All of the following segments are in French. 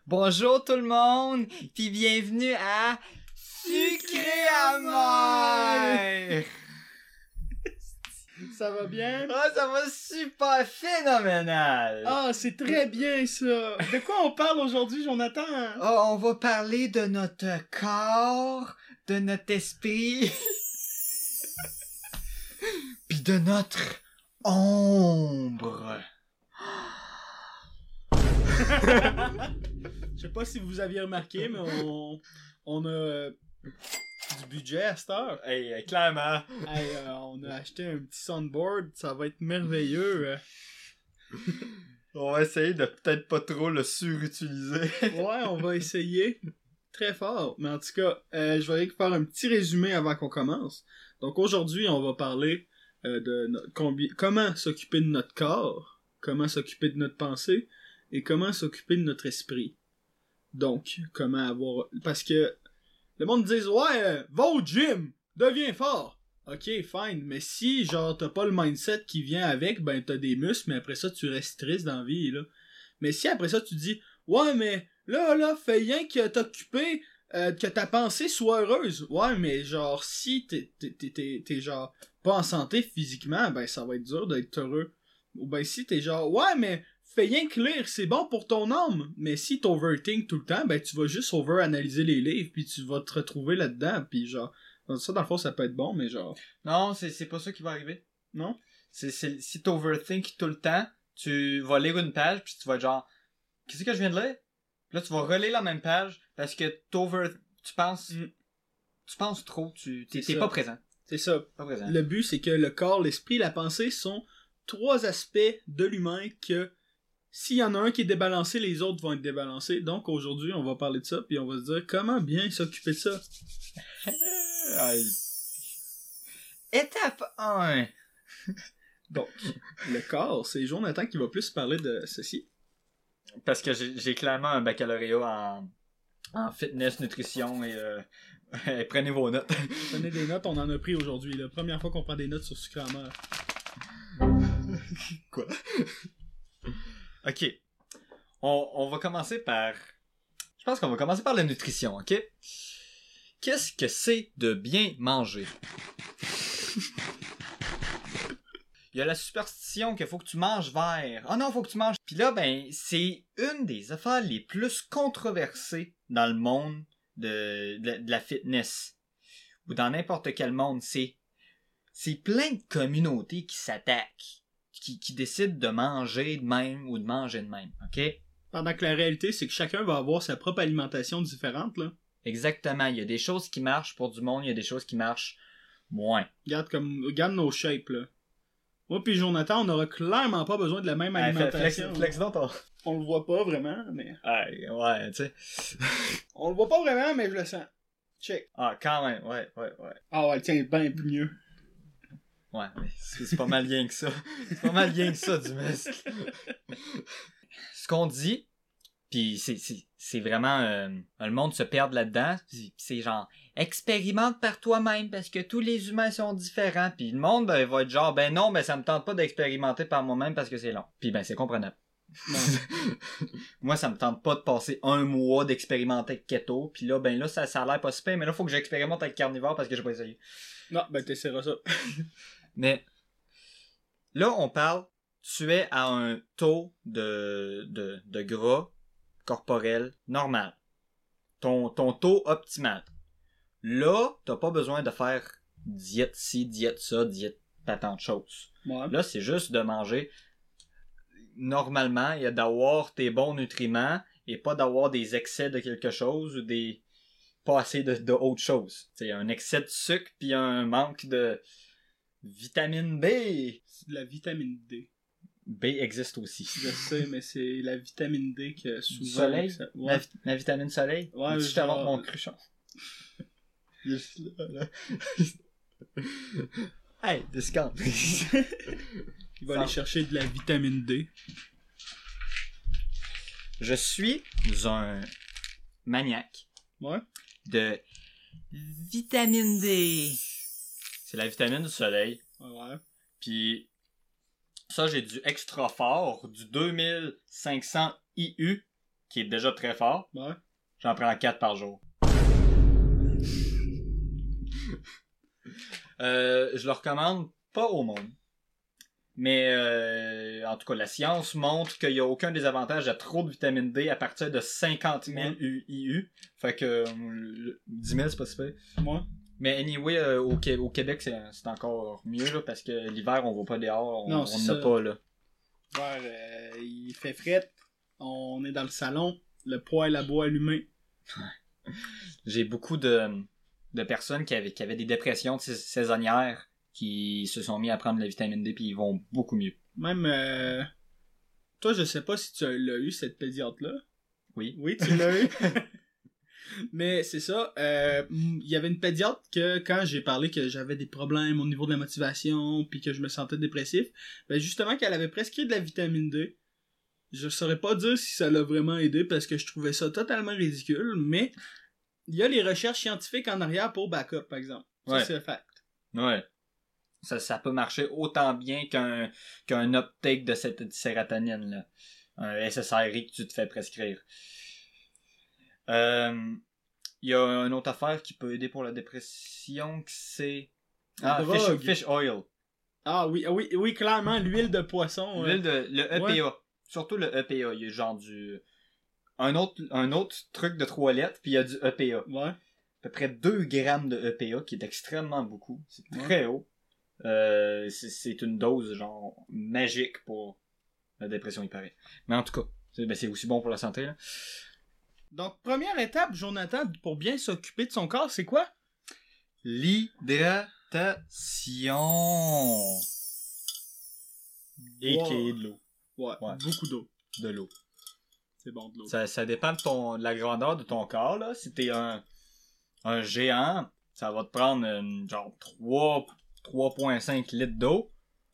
Bonjour tout le monde, puis bienvenue à Sucré Amer! Ça va bien? Ah, ça va super phénoménal! Ah, c'est très bien ça! De quoi on parle aujourd'hui, Jonathan? Ah, on va parler de notre corps, de notre esprit, puis de notre ombre. Je sais pas si vous aviez remarqué, mais on a du budget à cette heure. Hey, clairement. Hey, on a acheté un petit soundboard, ça va être merveilleux. On va essayer de peut-être pas trop le surutiliser. Ouais, on va essayer. Très fort. Mais en tout cas, je vais faire un petit résumé avant qu'on commence. Donc aujourd'hui, on va parler de comment s'occuper de notre corps, comment s'occuper de notre pensée, et comment s'occuper de notre esprit. Donc, comment avoir... Parce que le monde dit « Ouais, va au gym, deviens fort. » Ok, fine, mais si, genre, t'as pas le mindset qui vient avec, ben t'as des muscles, mais après ça, tu restes triste dans la vie, là. Mais si après ça, tu dis « Ouais, mais là, fais rien que t'occuper, que ta pensée soit heureuse. » Ouais, mais genre, si t'es genre pas en santé physiquement, ben ça va être dur d'être heureux. Ou ben si t'es genre « Ouais, mais... fais rien que lire, c'est bon pour ton âme. » Mais si t'overthink tout le temps, ben tu vas juste over-analyser les livres, puis tu vas te retrouver là-dedans, puis genre... Ça, dans le fond, ça peut être bon, mais genre... Non, c'est pas ça qui va arriver. Non? Si t'overthink tout le temps, tu vas lire une page, puis tu vas être genre... Qu'est-ce que je viens de lire? Puis là, tu vas relire la même page, parce que tu penses trop, t'es pas présent. C'est ça. Pas présent. Le but, c'est que le corps, l'esprit, la pensée sont 3 aspects de l'humain que... s'il y en a un qui est débalancé, les autres vont être débalancés. Donc aujourd'hui, on va parler de ça, puis on va se dire comment bien s'occuper de ça. Étape 1. Donc, le corps, c'est Jonathan qui va plus parler de ceci. Parce que j'ai clairement un baccalauréat en fitness, nutrition et prenez vos notes. Prenez des notes, on en a pris aujourd'hui. La première fois qu'on prend des notes sur Sucré Amer. Quoi? Ok. On va commencer par... Je pense qu'on va commencer par la nutrition, ok? Qu'est-ce que c'est de bien manger? Il y a la superstition qu'il faut que tu manges vert. Ah non, faut que tu manges... Puis là, ben, c'est une des affaires les plus controversées dans le monde de la fitness. Ou dans n'importe quel monde. C'est plein de communautés qui s'attaquent. Qui décident de manger de même ou de manger de même, ok? Pendant que la réalité, c'est que chacun va avoir sa propre alimentation différente, là. Exactement. Il y a des choses qui marchent pour du monde, il y a des choses qui marchent moins. Regarde nos shapes, là. Moi pis Jonathan, on n'aura clairement pas besoin de la même alimentation. Flex donc ton... On le voit pas vraiment, mais... Ouais, tu sais. On le voit pas vraiment, mais je le sens. Check. Ah, quand même, ouais. Ah ouais, tiens, ben mieux. Ouais, mais c'est pas mal rien que ça. C'est pas mal rien que ça, du muscle. Ce qu'on dit, pis c'est vraiment... le monde se perd là-dedans, c'est genre... Expérimente par toi-même, parce que tous les humains sont différents, pis le monde ben, va être genre... Ben non, ben ça me tente pas d'expérimenter par moi-même parce que c'est long. Pis ben c'est comprenable. Moi, ça me tente pas de passer 1 mois d'expérimenter avec keto, pis là, ben là, ça a l'air pas super, mais là, faut que j'expérimente avec carnivore parce que j'ai pas essayé. Non, ben t'essaieras ça. Mais là, on parle, tu es à un taux de gras corporel normal. Ton taux optimal. Là, t'as pas besoin de faire diète ci, diète ça, diète pas tant de choses. Ouais. Là, c'est juste de manger normalement et d'avoir tes bons nutriments et pas d'avoir des excès de quelque chose ou des pas assez de autre chose. C'est un excès de sucre puis un manque de vitamine B. C'est de la vitamine D. B existe aussi. Je sais, mais c'est la vitamine D que souvent... Du soleil? Ça... Ouais. La vitamine soleil? Ouais, je te montre mon cruchon. Juste là. Hey, discount. Il va aller chercher de la vitamine D. Je suis un maniaque. Ouais. De vitamine D. C'est la vitamine du soleil. Ouais. Puis ça, j'ai du extra fort, du 2500 IU, qui est déjà très fort, Ouais. j'en prends 4 par jour. Je le recommande pas au monde. Mais en tout cas, la science montre qu'il n'y a aucun désavantage à trop de vitamine D à partir de 50 000 IU. Fait que 10 000, c'est pas si peu. Ouais. Mais anyway, au Québec, c'est encore mieux là, parce que l'hiver, on va pas dehors, Non, on n'a pas là. Ouais, il fait fret, on est dans le salon, le poêle à bois allumé. J'ai beaucoup de personnes qui avaient des dépressions saisonnières qui se sont mis à prendre la vitamine D puis ils vont beaucoup mieux. Même, toi, je sais pas si tu l'as eu, cette pédiatre-là. Oui. Oui, tu l'as eu. Mais c'est ça, il y avait une pédiatre que quand j'ai parlé que j'avais des problèmes au niveau de la motivation puis que je me sentais dépressif, ben justement qu'elle avait prescrit de la vitamine D. Je saurais pas dire si ça l'a vraiment aidé parce que je trouvais ça totalement ridicule, mais il y a les recherches scientifiques en arrière pour backup, par exemple. Ça, Ouais. c'est un fact. Ouais. Ça peut marcher autant bien qu'un uptake de cette sérotonine, là. Un SSRI que tu te fais prescrire. Il y a une autre affaire qui peut aider pour la dépression, que c'est... drogue. Fish oil. Ah oui, oui, clairement, l'huile de poisson. Le EPA. Ouais. Surtout le EPA. Il y a genre un autre truc de toilette, puis il y a du EPA. Ouais. À peu près 2 grammes de EPA, qui est extrêmement beaucoup. C'est très haut. C'est une dose genre magique pour la dépression, il paraît. Mais en tout cas, c'est aussi bon pour la santé, là. Donc, première étape, Jonathan, pour bien s'occuper de son corps, c'est quoi? L'hydratation. Et Wow. qui est de l'eau. Ouais, beaucoup d'eau. De l'eau. C'est bon, de l'eau. Ça dépend de la grandeur de ton corps, là. Si t'es un géant, ça va te prendre genre 3,5 litres d'eau.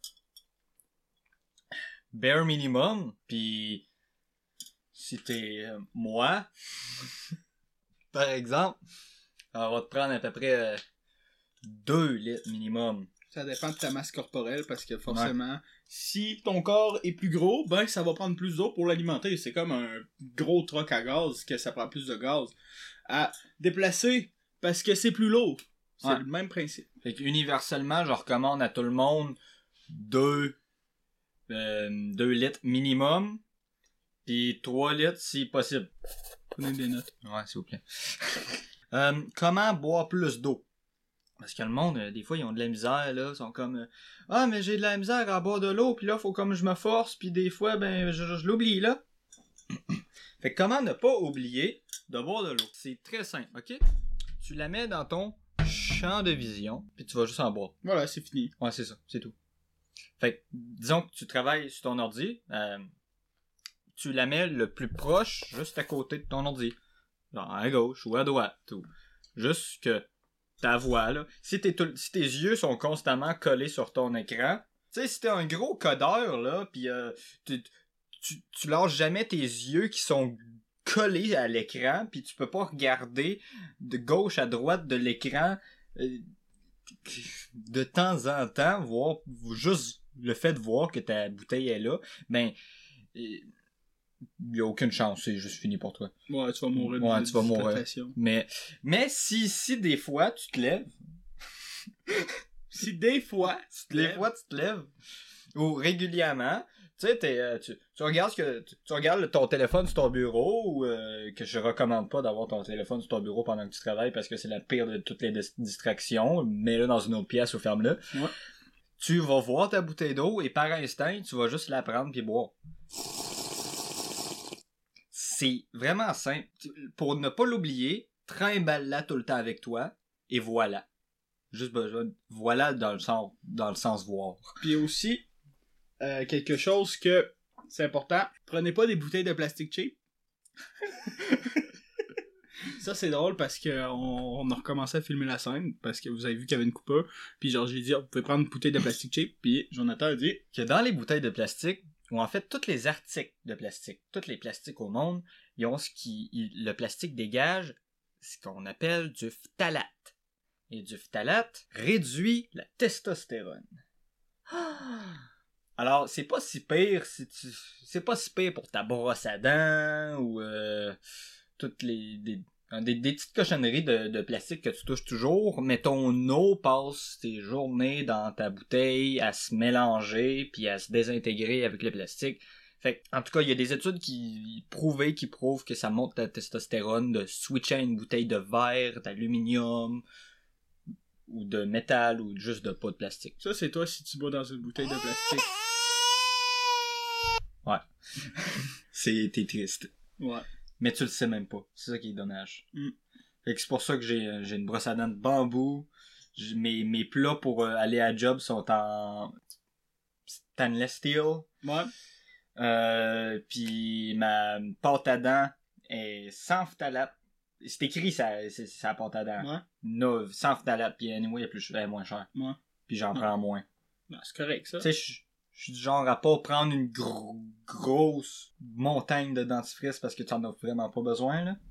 Bare minimum. Puis si t'es moi, par exemple, ça va te prendre à peu près 2 litres minimum. Ça dépend de ta masse corporelle parce que forcément, si ton corps est plus gros, ben ça va prendre plus d'eau pour l'alimenter. C'est comme un gros truck à gaz que ça prend plus de gaz à déplacer parce que c'est plus lourd. C'est le même principe. Fait que universellement, je recommande à tout le monde 2 litres minimum, puis 3 litres si possible. Prenez des notes. Ouais, s'il vous plaît. Comment boire plus d'eau? Parce que le monde, des fois, ils ont de la misère, là. Ils sont comme, ah, mais j'ai de la misère à boire de l'eau, puis là, faut comme je me force, puis des fois, ben, je l'oublie, là. Fait que comment ne pas oublier de boire de l'eau? C'est très simple, ok? Tu la mets dans ton champ de vision, puis tu vas juste en boire. Voilà, c'est fini. Ouais, c'est ça, c'est tout. Fait que, disons que tu travailles sur ton ordi, tu la mets le plus proche, juste à côté de ton ordi. Genre à gauche ou à droite. Ou juste que ta voix, là. Si tes yeux sont constamment collés sur ton écran, tu sais, si t'es un gros codeur, là, pis tu lâches jamais tes yeux qui sont collés à l'écran, puis tu peux pas regarder de gauche à droite de l'écran de temps en temps, voir juste le fait de voir que ta bouteille est là, ben il y a aucune chance, c'est juste fini pour toi. Ouais, tu vas mourir Ouais, de tu vas mourir. déshydratation. Mais si des fois tu te lèves, Si des fois tu te lèves, ou régulièrement, tu sais, tu regardes tu regardes ton téléphone sur ton bureau, ou que je recommande pas d'avoir ton téléphone sur ton bureau pendant que tu travailles parce que c'est la pire de toutes les distractions. Mets-le dans une autre pièce ou ferme-le. Ouais. Tu vas voir ta bouteille d'eau et par instinct, tu vas juste la prendre puis boire. C'est vraiment simple. Pour ne pas l'oublier, trimballe-la tout le temps avec toi et voilà. Juste besoin de voilà dans le sens voir. Puis aussi, quelque chose que c'est important, prenez pas des bouteilles de plastique cheap. Ça c'est drôle parce que on a recommencé à filmer la scène parce que vous avez vu qu'il y avait une coupure. Puis genre j'ai dit vous pouvez prendre une bouteille de plastique cheap. Puis Jonathan a dit que dans les bouteilles de plastique, ou en fait tous les articles de plastique, tous les plastiques au monde, ils ont le plastique dégage ce qu'on appelle du phtalate. Et du phtalate réduit la testostérone. Alors, c'est pas si pire c'est pas si pire pour ta brosse à dents ou toutes des petites cochonneries de plastique que tu touches toujours, mais ton eau passe tes journées dans ta bouteille à se mélanger puis à se désintégrer avec le plastique. Fait en tout cas, il y a des études qui prouvent que ça monte ta testostérone de switcher à une bouteille de verre, d'aluminium ou de métal ou juste de pas de plastique. Ça, c'est toi si tu bois dans une bouteille de plastique. Ouais. T'es triste. Ouais. Mais tu le sais même pas. C'est ça qui est dommage. Fait que c'est pour ça que j'ai une brosse à dents de bambou. Mes plats pour aller à job sont en stainless steel. Ouais. Puis ma pâte à dents est sans phtalate. C'est écrit c'est la pâte à dents. Ouais. Neuve, sans phtalate. Puis anyway, elle est moins chère. Ouais. Puis j'en prends moins. Non, c'est correct, ça. Tu sais, je suis du genre à pas prendre une grosse montagne de dentifrice parce que tu en as vraiment pas besoin, là.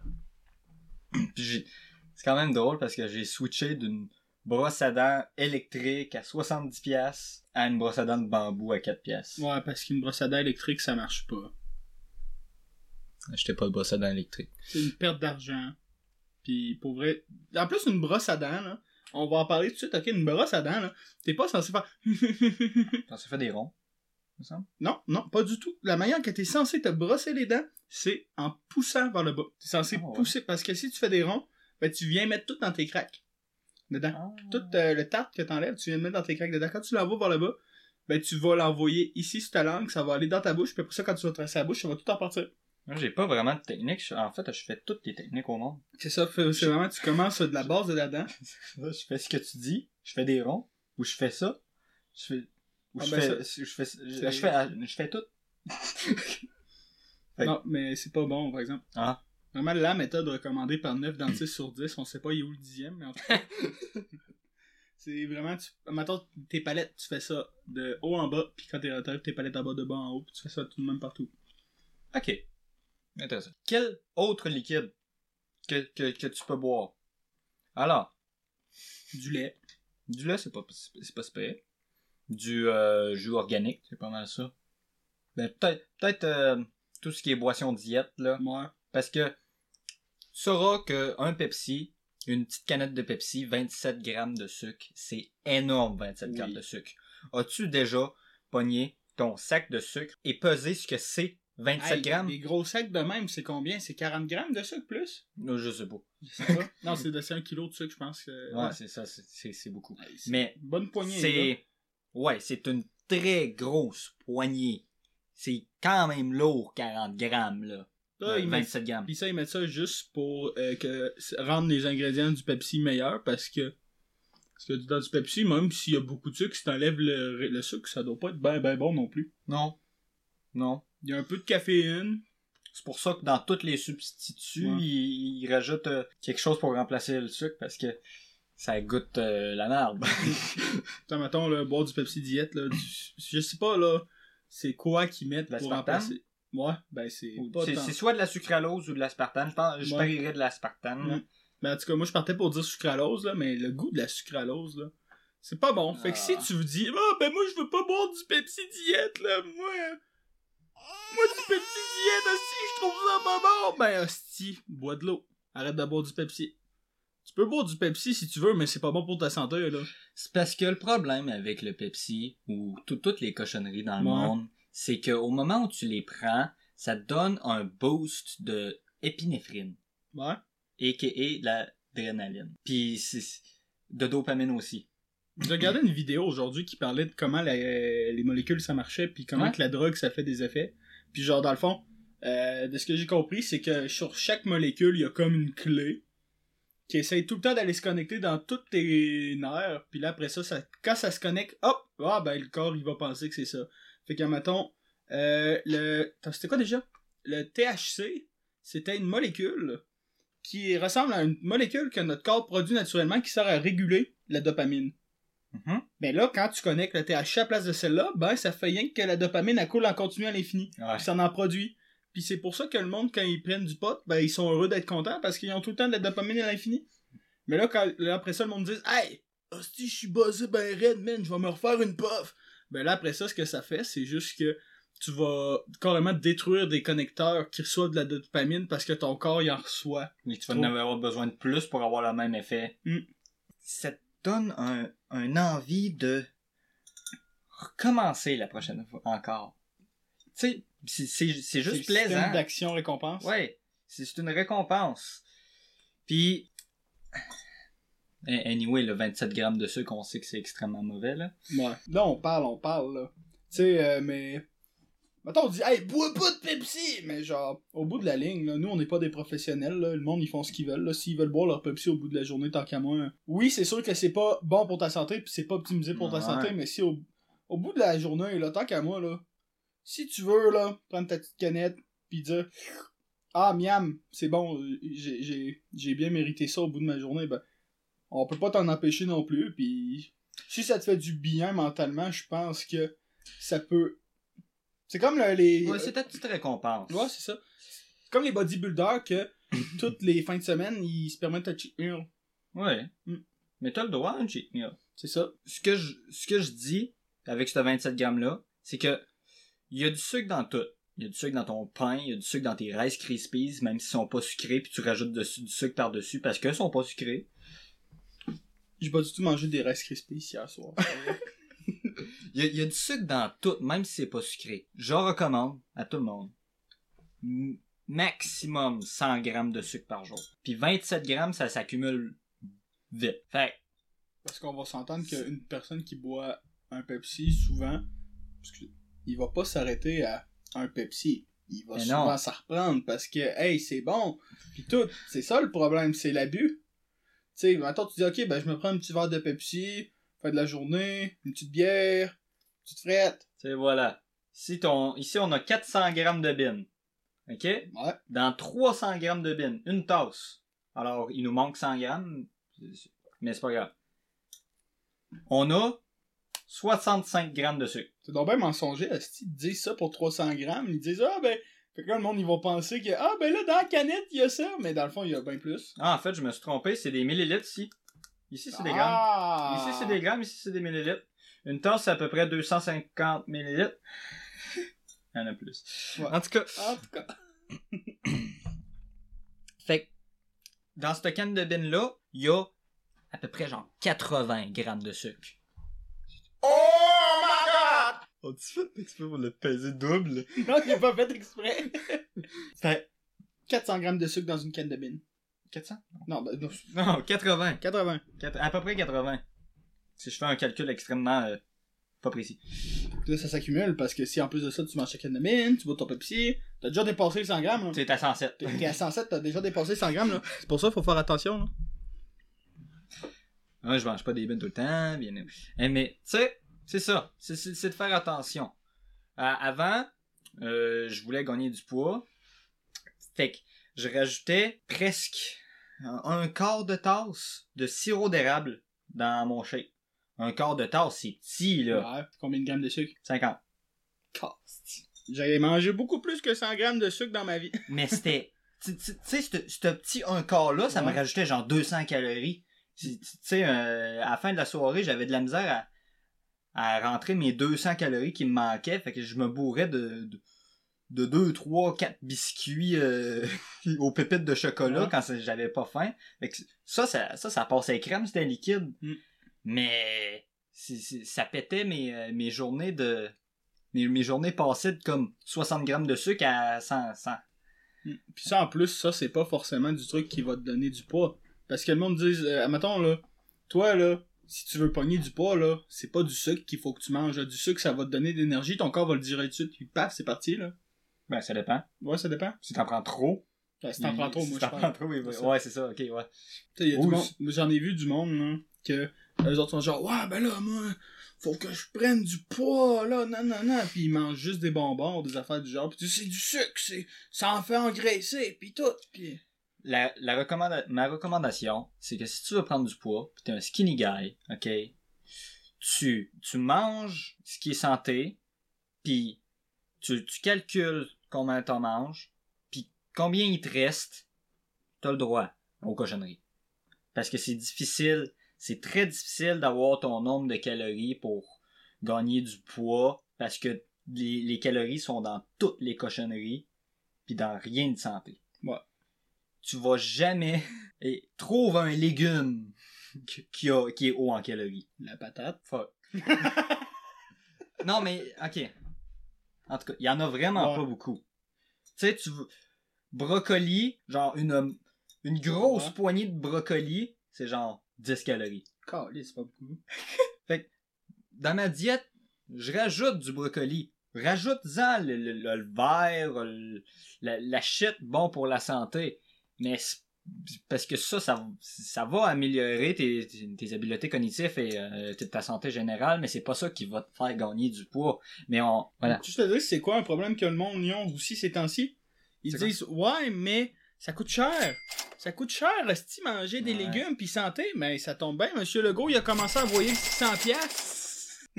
Puis c'est quand même drôle parce que j'ai switché d'une brosse à dents électrique à 70$ à une brosse à dents de bambou à 4$. Ouais, parce qu'une brosse à dents électrique, ça marche pas. Achetais pas de brosse à dents électrique. C'est une perte d'argent. Puis pour vrai... En plus, une brosse à dents, là, on va en parler tout de suite, ok? Une brosse à dents, là, t'es pas censé faire... Ça fait des ronds, me semble. Non, pas du tout. La manière que t'es censé te brosser les dents, c'est en poussant vers le bas. T'es censé pousser, parce que si tu fais des ronds, ben tu viens mettre tout dans tes craques. Dedans. Tout le tarte que t'enlèves, tu viens le mettre dans tes craques dedans. Quand tu l'envoies vers le bas, ben tu vas l'envoyer ici sur ta langue, ça va aller dans ta bouche, puis après ça, quand tu vas traverser la bouche, ça va tout en partir. Moi, j'ai pas vraiment de technique. En fait, je fais toutes les techniques au monde. C'est ça, c'est vraiment, tu commences de la base de la dent. Je fais ce que tu dis, je fais des ronds, ou je fais ça, je fais tout. Non, mais c'est pas bon, par exemple. Ah. Vraiment, la méthode recommandée par 9 dentistes sur 10, on sait pas il est où le 10e, mais en tout cas. C'est vraiment, mettons, tes palettes, tu fais ça de haut en bas, puis quand t'arrives tes palettes en bas, de bas en haut, puis tu fais ça tout de même partout. Ok. Intéressant. Quel autre liquide que tu peux boire? Alors. Du lait. Du lait, c'est pas super. Du jus organique, c'est pas mal ça. Ben, peut-être tout ce qui est boisson diète, là. Ouais. Parce que tu sauras qu'un Pepsi, une petite canette de Pepsi, 27 grammes de sucre, c'est énorme, 27 grammes de sucre. As-tu déjà pogné ton sac de sucre et pesé ce que c'est 27 grammes? Les gros sacs de même, c'est combien? C'est 40 grammes de sucre plus? Non, je sais pas. Je sais pas. Non, c'est 1 kilo de sucre, je pense. Ouais, c'est ça, c'est beaucoup. Ouais, mais bonne poignée. C'est... Ouais, c'est une très grosse poignée. C'est quand même lourd, 40 grammes, là. Là, 27 grammes. Puis ça, ils mettent ça juste pour rendre les ingrédients du Pepsi meilleurs, parce que dans du Pepsi, même s'il y a beaucoup de sucre, si t'enlèves le sucre, ça doit pas être ben bon non plus. Non. Il y a un peu de caféine. C'est pour ça que dans tous les substituts, ils rajoutent quelque chose pour remplacer le sucre, parce que ça goûte la merde. Attends, mettons, là, boire du Pepsi diète, là, je sais pas, là, c'est quoi qu'ils mettent pour remplacer. Ouais, ben c'est soit de la sucralose ou de l'aspartame. Je parierais de l'aspartame. Ouais. Ben en tout cas, moi je partais pour dire sucralose, là, mais le goût de la sucralose, là, c'est pas bon. Fait que si tu vous dis, ben moi je veux pas boire du Pepsi diète, là, moi du Pepsi diète, hostie, je trouve ça pas bon. Ben hostie, bois de l'eau. Arrête de boire du Pepsi. Tu peux boire du Pepsi si tu veux, mais c'est pas bon pour ta santé, là. C'est parce que le problème avec le Pepsi, ou toutes les cochonneries dans le monde, c'est qu'au moment où tu les prends, ça te donne un boost de épinéphrine. Ouais. A.k.a. de l'adrénaline. Puis de dopamine aussi. J'ai regardé une vidéo aujourd'hui qui parlait de comment les molécules ça marchait, puis comment que la drogue ça fait des effets. Puis genre dans le fond, de ce que j'ai compris, c'est que sur chaque molécule, il y a comme une clé qui essaye tout le temps d'aller se connecter dans tous tes nerfs, puis là après ça, quand ça se connecte, hop, ben le corps il va penser que c'est ça. Fait que mettons, c'était quoi déjà? Le THC, c'était une molécule qui ressemble à une molécule que notre corps produit naturellement qui sert à réguler la dopamine. Mm-hmm. Ben là, quand tu connectes le THC à la place de celle-là, ben ça fait rien que la dopamine elle coule en continu à l'infini. Puis ça en produit. Puis c'est pour ça que le monde, quand ils prennent du pot, ben ils sont heureux d'être contents parce qu'ils ont tout le temps de la dopamine à l'infini. Mais là, après ça, le monde dit « Hey, hostie, je suis buzzé ben raide, man, je vais me refaire une puff. » ben là, après ça, ce que ça fait, c'est juste que tu vas carrément détruire des connecteurs qui reçoivent de la dopamine parce que ton corps, il en reçoit. Mais tu vas en avoir besoin de plus pour avoir le même effet. Mm. Ça te donne un envie de recommencer la prochaine fois encore. Tu sais, c'est juste plaisant. C'est le système d'action-récompense. Ouais, c'est une récompense. Puis, anyway, le 27 grammes de sucre, on sait que c'est extrêmement mauvais, là. Ouais. Là, on parle, là. Tu sais, mais... Mettons, on dit, hey, bois pas de Pepsi! Mais genre, au bout de la ligne, là, nous, on n'est pas des professionnels, là. Le monde, ils font ce qu'ils veulent, là. S'ils veulent boire leur Pepsi au bout de la journée, tant qu'à moi. Oui, c'est sûr que c'est pas bon pour ta santé, pis c'est pas optimisé pour ta santé, mais si au bout de la journée, là, tant qu'à moi, là, si tu veux, là, prendre ta petite canette, pis dire, ah, miam, c'est bon, j'ai bien mérité ça au bout de ma journée, ben, on peut pas t'en empêcher non plus, pis si ça te fait du bien mentalement, je pense que ça peut... C'est comme les... Ouais, c'est ta petite récompense. Ouais, c'est ça. C'est comme les bodybuilders que toutes les fins de semaine, ils se permettent un cheat meal. Ouais. Mais t'as le droit à un cheat meal. C'est ça. Ce que je dis avec ce 27 grammes-là, c'est que il y a du sucre dans tout. Il y a du sucre dans ton pain, il y a du sucre dans tes Rice Krispies, même s'ils sont pas sucrés, puis tu rajoutes du sucre par-dessus parce qu'ils sont pas sucrés. J'ai pas du tout mangé des Rice Krispies hier soir. Il y a du sucre dans tout, même si c'est pas sucré. Je recommande à tout le monde. Maximum 100 grammes de sucre par jour. Puis 27 grammes, ça s'accumule vite. Fait parce qu'on va s'entendre qu'une personne qui boit un Pepsi, souvent, il va pas s'arrêter à un Pepsi. Il va souvent s'en reprendre parce que, hey, c'est bon. Puis tout, c'est ça le problème, c'est l'abus. Tu sais, maintenant tu dis, ok, ben je me prends un petit verre de Pepsi, fin de la journée, une petite bière, une petite frette. Tu sais, voilà. Ici, on a 400 grammes de bin. OK? Ouais. Dans 300 grammes de bin, une tasse. Alors, il nous manque 100 grammes, mais c'est pas grave. On a 65 grammes de sucre. C'est donc bien mensonger, ils disent ça pour 300 grammes, ils disent, ah ben, fait que là, le monde, ils vont penser que, ah ben là, dans la canette, il y a ça, mais dans le fond, il y a bien plus. Ah, en fait, je me suis trompé, c'est des millilitres ici. Ici, c'est des grammes. Ici, c'est des grammes, ici, c'est des millilitres. Une tasse, c'est à peu près 250 millilitres. Il y en a plus. Ouais. En tout cas. Fait que, dans cette canne de bin-là, il y a à peu près genre 80 grammes de sucre. Oh my god! On-tu fait exprès pour le peser double? Non, il a pas fait exprès. Fait 400 grammes de sucre dans une canne de bin. 400? Non, ben non. Non, 80. 80. À peu près 80. Si je fais un calcul extrêmement pas précis. Là, ça s'accumule parce que si en plus de ça, tu manges ta canne de bin, tu bois ton Pepsi, t'as déjà dépassé les 100 grammes. Là. T'es à 107. T'es à 107, t'as déjà dépassé 100 grammes. Là. C'est pour ça qu'il faut faire attention. Là. Ouais, je mange pas des bins tout le temps. Bien... mais, tu sais, c'est ça. C'est de faire attention. Avant, je voulais gagner du poids. Fait que je rajoutais presque un quart de tasse de sirop d'érable dans mon shake. Un quart de tasse, c'est petit, là. Ouais, combien de grammes de sucre? 50. J'avais mangé beaucoup plus que 100 grammes de sucre dans ma vie. Mais c'était... Tu sais, ce petit un quart-là, ça me rajoutait genre 200 calories. Tu sais, à la fin de la soirée, j'avais de la misère à rentrer mes 200 calories qui me manquaient. Fait que je me bourrais de 2, 3, 4 biscuits aux pépites de chocolat quand j'avais pas faim. Fait que ça passait crème, c'était liquide. Mais ça pétait mes journées de... Mes journées passaient de comme 60 grammes de sucre à 100. Puis ça, en plus, ça, c'est pas forcément du truc qui va te donner du poids. Parce que le monde dit, admettons, là, toi, là, si tu veux pogner du poids, là, c'est pas du sucre qu'il faut que tu manges. Là. Du sucre, ça va te donner de l'énergie, ton corps va le digérer dessus, puis paf, c'est parti, là. Ben, ça dépend. Ouais, ça dépend. Si t'en prends trop... Ben, si t'en prends trop, moi, si t'en prends trop, ouais, c'est ça, ok, ouais. Tu sais, j'en ai vu du monde, là, que eux autres sont genre, ouais, ben là, moi... Faut que je prenne du poids, là, non. Puis ils mangent juste des bonbons, des affaires du genre. Puis c'est du sucre, ça en fait engraisser, puis tout. Puis... Ma recommandation, c'est que si tu veux prendre du poids, pis t'es un skinny guy, ok, tu manges ce qui est santé, puis tu calcules combien t'en manges, puis combien il te reste, t'as le droit aux cochonneries. Parce que c'est difficile... C'est très difficile d'avoir ton nombre de calories pour gagner du poids parce que les calories sont dans toutes les cochonneries puis dans rien de santé. Ouais. Tu vas jamais et trouve un légume qui est haut en calories. La patate. Fuck. Non, mais, ok. En tout cas, il y en a vraiment pas beaucoup. Tu sais, brocoli, genre une grosse poignée de brocoli, c'est genre 10 calories. Caliste, c'est pas beaucoup. Fait que, dans ma diète, je rajoute du brocoli. Rajoute-en le vert, la shit bon pour la santé. Mais parce que ça va améliorer tes habiletés cognitives et ta santé générale, mais c'est pas ça qui va te faire gagner du poids. Mais voilà. Tu te dis, c'est quoi un problème que le monde y a aussi ces temps-ci? Ils disent, ouais, mais ça coûte cher. Ça coûte cher, esti, manger des légumes pis santé. Mais ça tombe bien, Monsieur Legault, il a commencé à envoyer 600 piastres.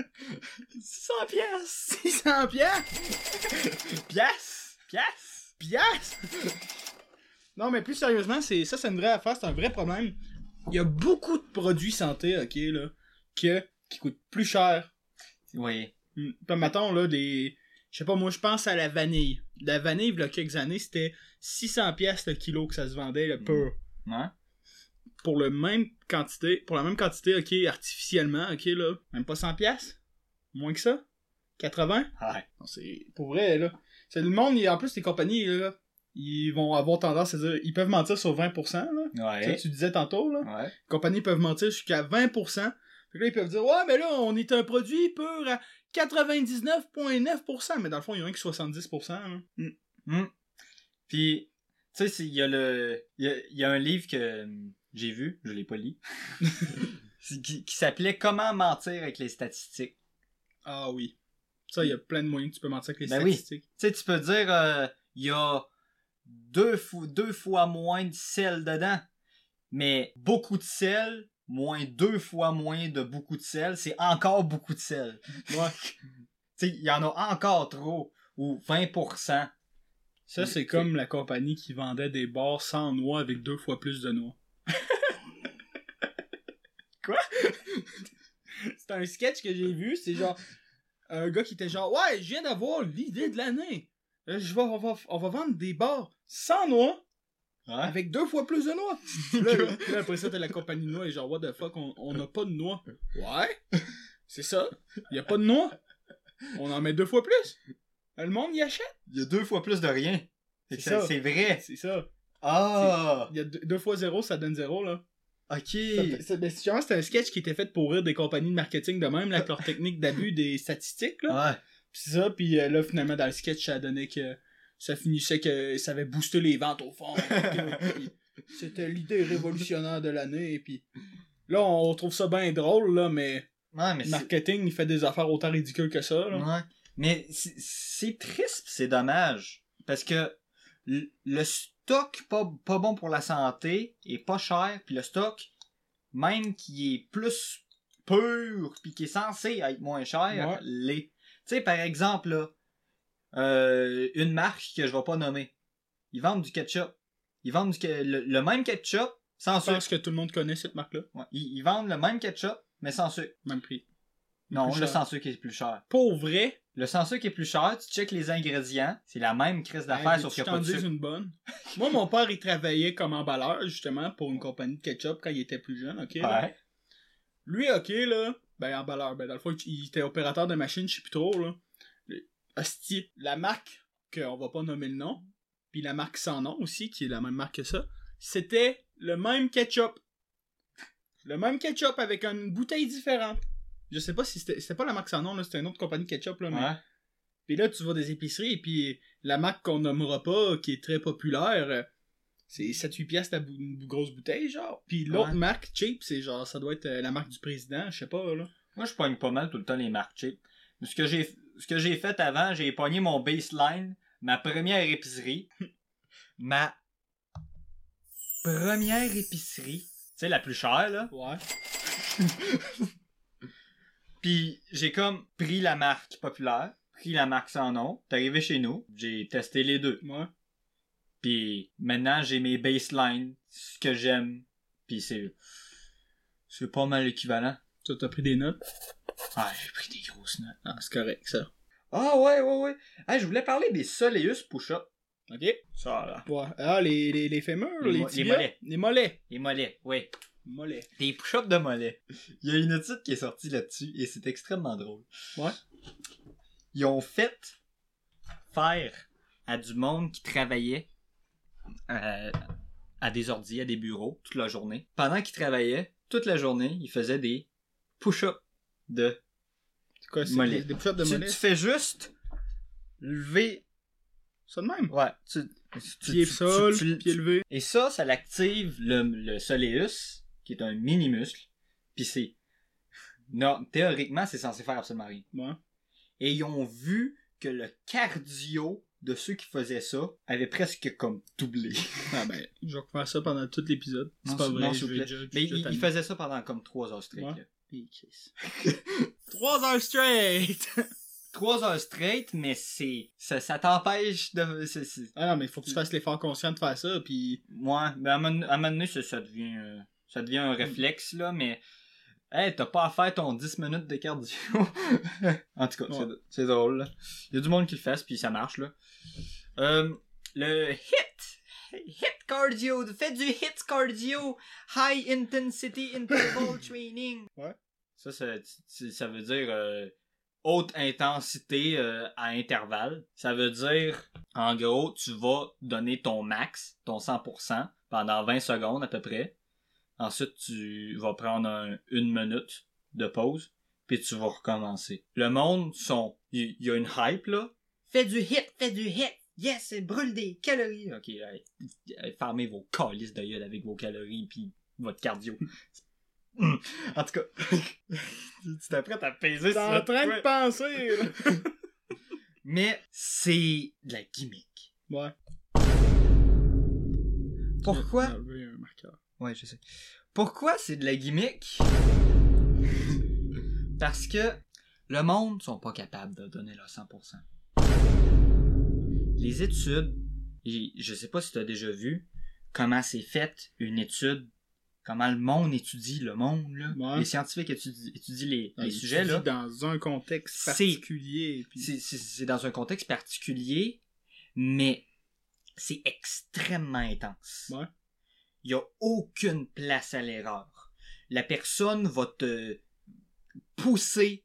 600 piastres! 600 piastres! Piastres! Non, mais plus sérieusement, c'est une vraie affaire, c'est un vrai problème. Il y a beaucoup de produits santé, ok, là, qui coûtent plus cher. Oui. Mettons, là, je sais pas, moi, je pense à la vanille. La vanille, il y a quelques années, c'était 600 piastres le kilo que ça se vendait, le pur. Ouais. Pour la même quantité, ok, artificiellement, ok, là, même pas 100 piastres? Moins que ça? 80? Ouais. Non, c'est pour vrai, là. C'est le monde, en plus, les compagnies, là, ils vont avoir tendance à dire, ils peuvent mentir sur 20%, là. Ouais. Ça, tu disais tantôt, là. Ouais. Les compagnies peuvent mentir jusqu'à 20%. Fait que là, ils peuvent dire, ouais, mais là, on est un produit pur à 99,9%. Mais dans le fond, il y a rien que 70%, là. Puis, tu sais, il y a un livre que j'ai vu, je l'ai pas lu, qui s'appelait Comment mentir avec les statistiques. Ah oui. Ça, il y a plein de moyens que tu peux mentir avec les Ben statistiques. Oui. Tu sais, tu peux dire, il y a deux fois moins de sel dedans, mais beaucoup de sel, moins 2 fois moins de beaucoup de sel, c'est encore beaucoup de sel. Ouais. Tu sais, il y en a encore trop, ou 20%. Ça, c'est comme la compagnie qui vendait des bars sans noix avec 2 fois plus de noix. Quoi? C'est un sketch que j'ai vu, c'est genre un gars qui était genre, ouais, je viens d'avoir l'idée de l'année. On va vendre des bars sans noix. Ouais. Avec 2 fois plus de noix. là, après ça, t'as la compagnie de noix et genre, what the fuck, on n'a pas de noix. Ouais, c'est ça. Il y a pas de noix. On en met 2 fois plus. Le monde y achète. Il y a 2 fois plus de rien. C'est vrai. C'est ça. Ah! Il y a 2 fois 0, ça donne 0, là. Ok. C'est un sketch qui était fait pour rire des compagnies de marketing de même, là, avec leur technique d'abus des statistiques, là. Ouais. Pis c'est ça, puis là, finalement, dans le sketch, ça donnait que ça finissait que ça avait boosté les ventes au fond. C'était l'idée révolutionnaire de l'année, et puis là, on trouve ça bien drôle, là, mais le marketing, il fait des affaires autant ridicules que ça, là. Ouais. Mais c'est triste, pis c'est dommage. Parce que le stock pas bon pour la santé est pas cher, puis le stock, même qui est plus pur, puis qui est censé être moins cher, l'est. Tu sais, par exemple, là, une marque que je vais pas nommer, ils vendent du ketchup. Ils vendent le même ketchup sans sucre. Je pense que tout le monde connaît cette marque-là. Ouais. Ils vendent le même ketchup, mais sans sucre. Même prix. Non, le sans sucre est plus cher. Pour vrai? Le sans sucre est plus cher, tu checkes les ingrédients, c'est la même crise d'affaires, sauf qu'il n'y a pas de sucre. Une bonne. Moi, mon père, il travaillait comme emballeur, justement, pour une compagnie de ketchup quand il était plus jeune, ok? Là. Ouais. Lui, ok, là, emballeur, dans le fond, il était opérateur de machine, je sais plus trop, là. Hostie, la marque, qu'on va pas nommer le nom, puis la marque sans nom aussi, qui est la même marque que ça, c'était le même ketchup. Le même ketchup avec une bouteille différente. Je sais pas si c'était pas la marque sans nom, là, c'était une autre compagnie de ketchup, là, mais... Ouais. Puis là, tu vas des épiceries, et puis la marque qu'on nommera pas, qui est très populaire, c'est 7-8 piastres une grosse bouteille, genre. Puis l'autre marque cheap, c'est genre, ça doit être la marque du président, je sais pas, là. Moi, je pogne pas mal tout le temps les marques cheap. Ce que j'ai fait avant, j'ai pogné mon baseline, ma première épicerie. Ma première épicerie. Tu sais, la plus chère, là. Ouais. Puis j'ai comme pris la marque populaire, pris la marque sans nom, t'es arrivé chez nous, j'ai testé les deux. Ouais. Puis maintenant j'ai mes baselines, ce que j'aime, puis c'est pas mal équivalent. Ça, t'as pris des notes? Ah, j'ai pris des grosses notes. Ah, c'est correct, ça. Ah, ouais. Ah, je voulais parler des Soleus push-up. OK. Ça, là. Ouais. Ah, les fémurs, les tibias? mollets. Les mollets. Les mollets, oui. Mollets. Des push-ups de mollets. Il y a une étude qui est sortie là-dessus et c'est extrêmement drôle. Ouais. Ils ont fait faire à du monde qui travaillait à des ordi, à des bureaux, toute la journée. Pendant qu'ils travaillaient, toute la journée, ils faisaient des push-ups de C'est quoi, c'est mollets. des push-ups de tu mollets? fais juste lever... Ça de même? Ouais. Pied sol, pied levé. Et ça l'active le soleus, qui est un mini-muscle. Puis c'est... Non, théoriquement, c'est censé faire absolument rien. Ouais. Et ils ont vu que le cardio de ceux qui faisaient ça avait presque comme doublé. Ah ben, je vais refaire ça pendant tout l'épisode. C'est Non, pas non, vrai, s'il je vous vais plaît. déjà... Mais ils faisaient ça pendant comme 3 heures straight. Ouais. Là. Et Chris. 3 heures straight! 3 heures straight, mais ça t'empêche de... Ah non, mais il faut que tu fasses l'effort conscient de faire ça, puis... Ouais, mais à un moment donné, ça devient un réflexe, là, mais... Hey, t'as pas à faire ton 10 minutes de cardio. En tout cas, Ouais. c'est drôle, là. Il y a du monde qui le fasse, puis ça marche, là. Le hit cardio, fais du hit cardio, high intensity interval training. Ouais. Ça veut dire haute intensité à intervalle. Ça veut dire, en gros, tu vas donner ton max, ton 100%, pendant 20 secondes à peu près. Ensuite, tu vas prendre une minute de pause, puis tu vas recommencer. Le monde il y a une hype, là. Fais du hit! Yes, brûle des calories! Ok, fermez vos calices de gueule avec vos calories, puis votre cardio. En tout cas, tu t'apprêtes à peser T'es en train de penser, là. Mais c'est de la gimmick. Ouais. Pourquoi? J'ai enlevé un marqueur. Ouais, je sais. Pourquoi c'est de la gimmick? Parce que le monde sont pas capables de donner leur 100%. Les études, je sais pas si tu as déjà vu comment c'est fait une étude, comment le monde étudie le monde, là. Ouais. Les scientifiques étudient les Il sujets, étudie là. dans un contexte particulier. Puis... C'est dans un contexte particulier, mais c'est extrêmement intense. Ouais. Il n'y a aucune place à l'erreur. La personne va te pousser.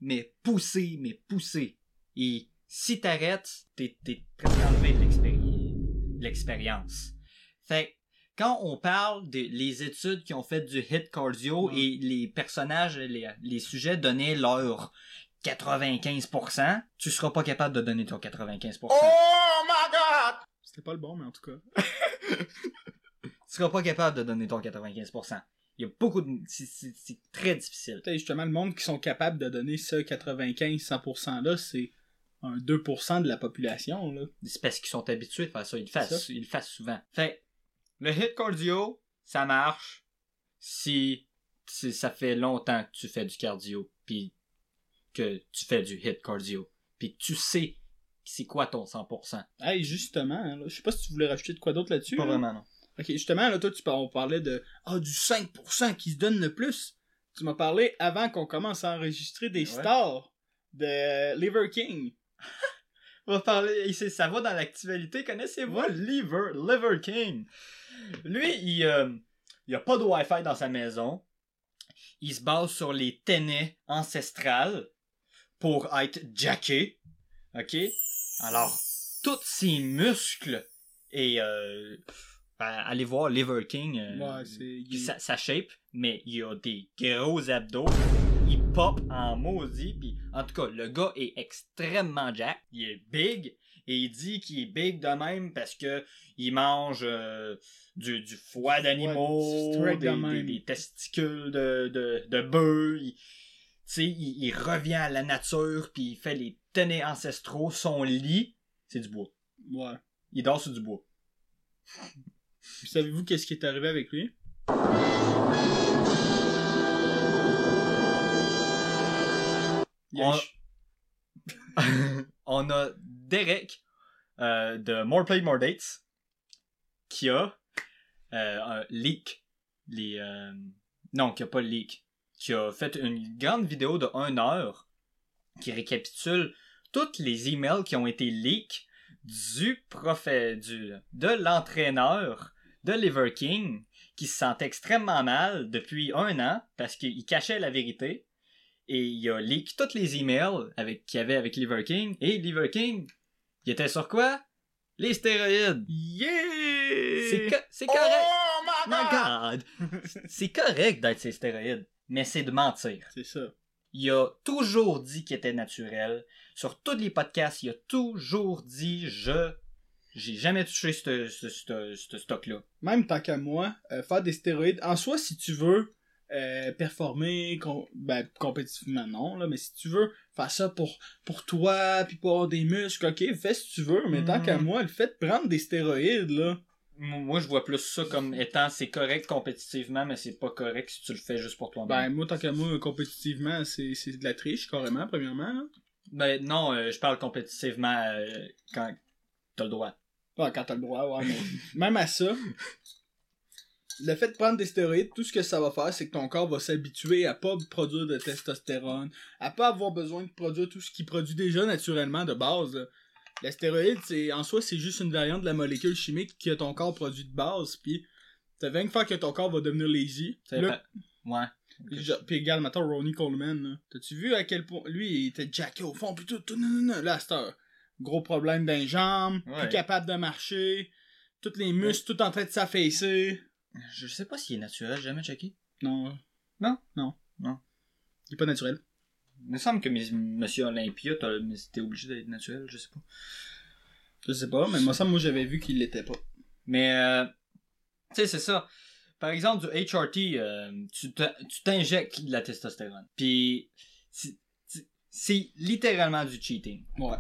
Et si t'arrêtes, t'es presque enlevé de l'expérience. Fait quand on parle des études qui ont fait du hit cardio et les personnages, les sujets donnaient leur 95%, tu seras pas capable de donner ton 95%. Oh my god! C'était pas le bon, mais en tout cas. Tu seras pas capable de donner ton 95%. Il y a beaucoup de... C'est très difficile. Peut-être justement, le monde qui sont capables de donner ce 95-100%-là, c'est un 2% de la population, là. C'est parce qu'ils sont habitués de faire ça. Ils le fassent souvent. Fait, le hit cardio, ça marche si ça fait longtemps que tu fais du cardio, puis que tu fais du hit cardio, puis que tu sais c'est quoi ton 100%. Hey, justement, là, je sais pas si tu voulais rajouter de quoi d'autre là-dessus. Pas là. vraiment, non. Ok, justement, là, toi, on parlait de du 5% qui se donne le plus. Tu m'as parlé avant qu'on commence à enregistrer des stars de Liver King. On va parler, ça va dans l'actualité. Connaissez-vous Liver King? Lui, il a pas de Wi-Fi dans sa maison. Il se base sur les ténets ancestrales pour être jacké. OK? Alors, tous ses muscles et allez voir Liver King, sa shape, mais il a des gros abdos, il pop en maudit, puis en tout cas, le gars est extrêmement jack, il est big, et il dit qu'il est big de même parce que il mange du foie d'animaux, des testicules de bœufs, il revient à la nature, puis il fait les ténets ancestraux, son lit, c'est du bois. Ouais. Il dort sur du bois. Savez-vous qu'est-ce qui est arrivé avec lui? On a Derek de More Play More Dates qui a un leak. Non, qui a pas le leak. qui a fait une grande vidéo de 1 heure qui récapitule tous les emails qui ont été leaks de l'entraîneur de Liver King qui se sentait extrêmement mal depuis 1 an parce qu'il cachait la vérité et il a leak tous les emails qu'il y avait avec Liver King et Liver King, il était sur quoi? Les stéroïdes! Yeah! C'est correct! Oh My God! C'est correct d'être ces stéroïdes, mais c'est de mentir. C'est ça. Il a toujours dit qu'il était naturel. Sur tous les podcasts, il a toujours dit j'ai jamais touché ce stock-là. Même tant qu'à moi, faire des stéroïdes, en soi, si tu veux performer compétitivement, non, là, mais si tu veux faire ça pour toi, puis pour avoir des muscles, ok, fais si tu veux, mais tant qu'à moi, le fait de prendre des stéroïdes, là... Moi, je vois plus ça comme étant c'est correct compétitivement, mais c'est pas correct si tu le fais juste pour toi-même. Moi, tant qu'à moi, compétitivement, c'est de la triche, carrément, premièrement, là. Non, je parle compétitivement quand t'as le droit. Ouais, quand t'as le droit, ouais, mais même à ça, le fait de prendre des stéroïdes, tout ce que ça va faire, c'est que ton corps va s'habituer à pas produire de testostérone, à pas avoir besoin de produire tout ce qu'il produit déjà naturellement de base, là. La stéroïde, en soi, c'est juste une variante de la molécule chimique que ton corps produit de base, pis ça vient que faire que ton corps va devenir lazy. Ouais. Pis regarde, maintenant, Ronnie Coleman, là. T'as-tu vu à quel point, lui, il était jacké au fond, pis tout, non, là, c'est un gros problème dans les jambes, plus capable de marcher, tous les muscles, tout en train de s'affaisser. Je sais pas s'il est naturel, j'ai jamais checké. Non. Non? Non. Non. Il est pas naturel. Il me semble que Monsieur Olympia, t'es obligé d'être naturel, je sais pas. Je sais pas, mais moi j'avais vu qu'il l'était pas. Mais, tu sais, c'est ça. Par exemple, du HRT, tu t'injectes de la testostérone. Puis, c'est littéralement du cheating. Ouais.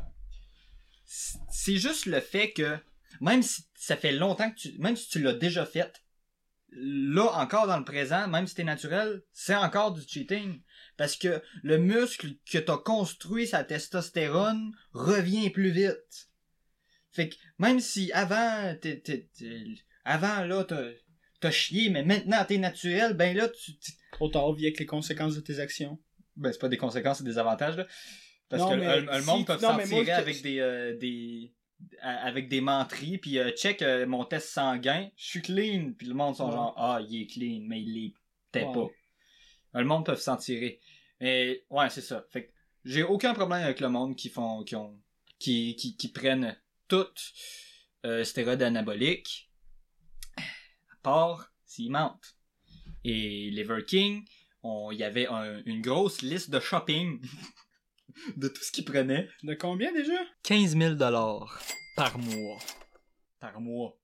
C'est juste le fait que, même si ça fait longtemps même si tu l'as déjà fait, là, encore dans le présent, même si t'es naturel, c'est encore du cheating. Parce que le muscle que t'as construit sa testostérone revient plus vite. Fait que même si avant, là, t'as chié, mais maintenant t'es naturel, ben là, Trop tard, vit avec les conséquences de tes actions. Ben, c'est pas des conséquences, c'est des avantages, là. Parce non, que le monde peut s'en tirer avec des menteries, puis check mon test sanguin, je suis clean, puis le monde sont genre il est clean, mais il l'était pas. Le monde peut s'en tirer. Mais ouais, c'est ça. Fait que j'ai aucun problème avec le monde qui prennent toutes stéroïdes anaboliques, à part s'ils mentent. Et Liver King, il y avait une grosse liste de shopping de tout ce qu'il prenait. De combien déjà? 15 000 $ par mois. Par mois.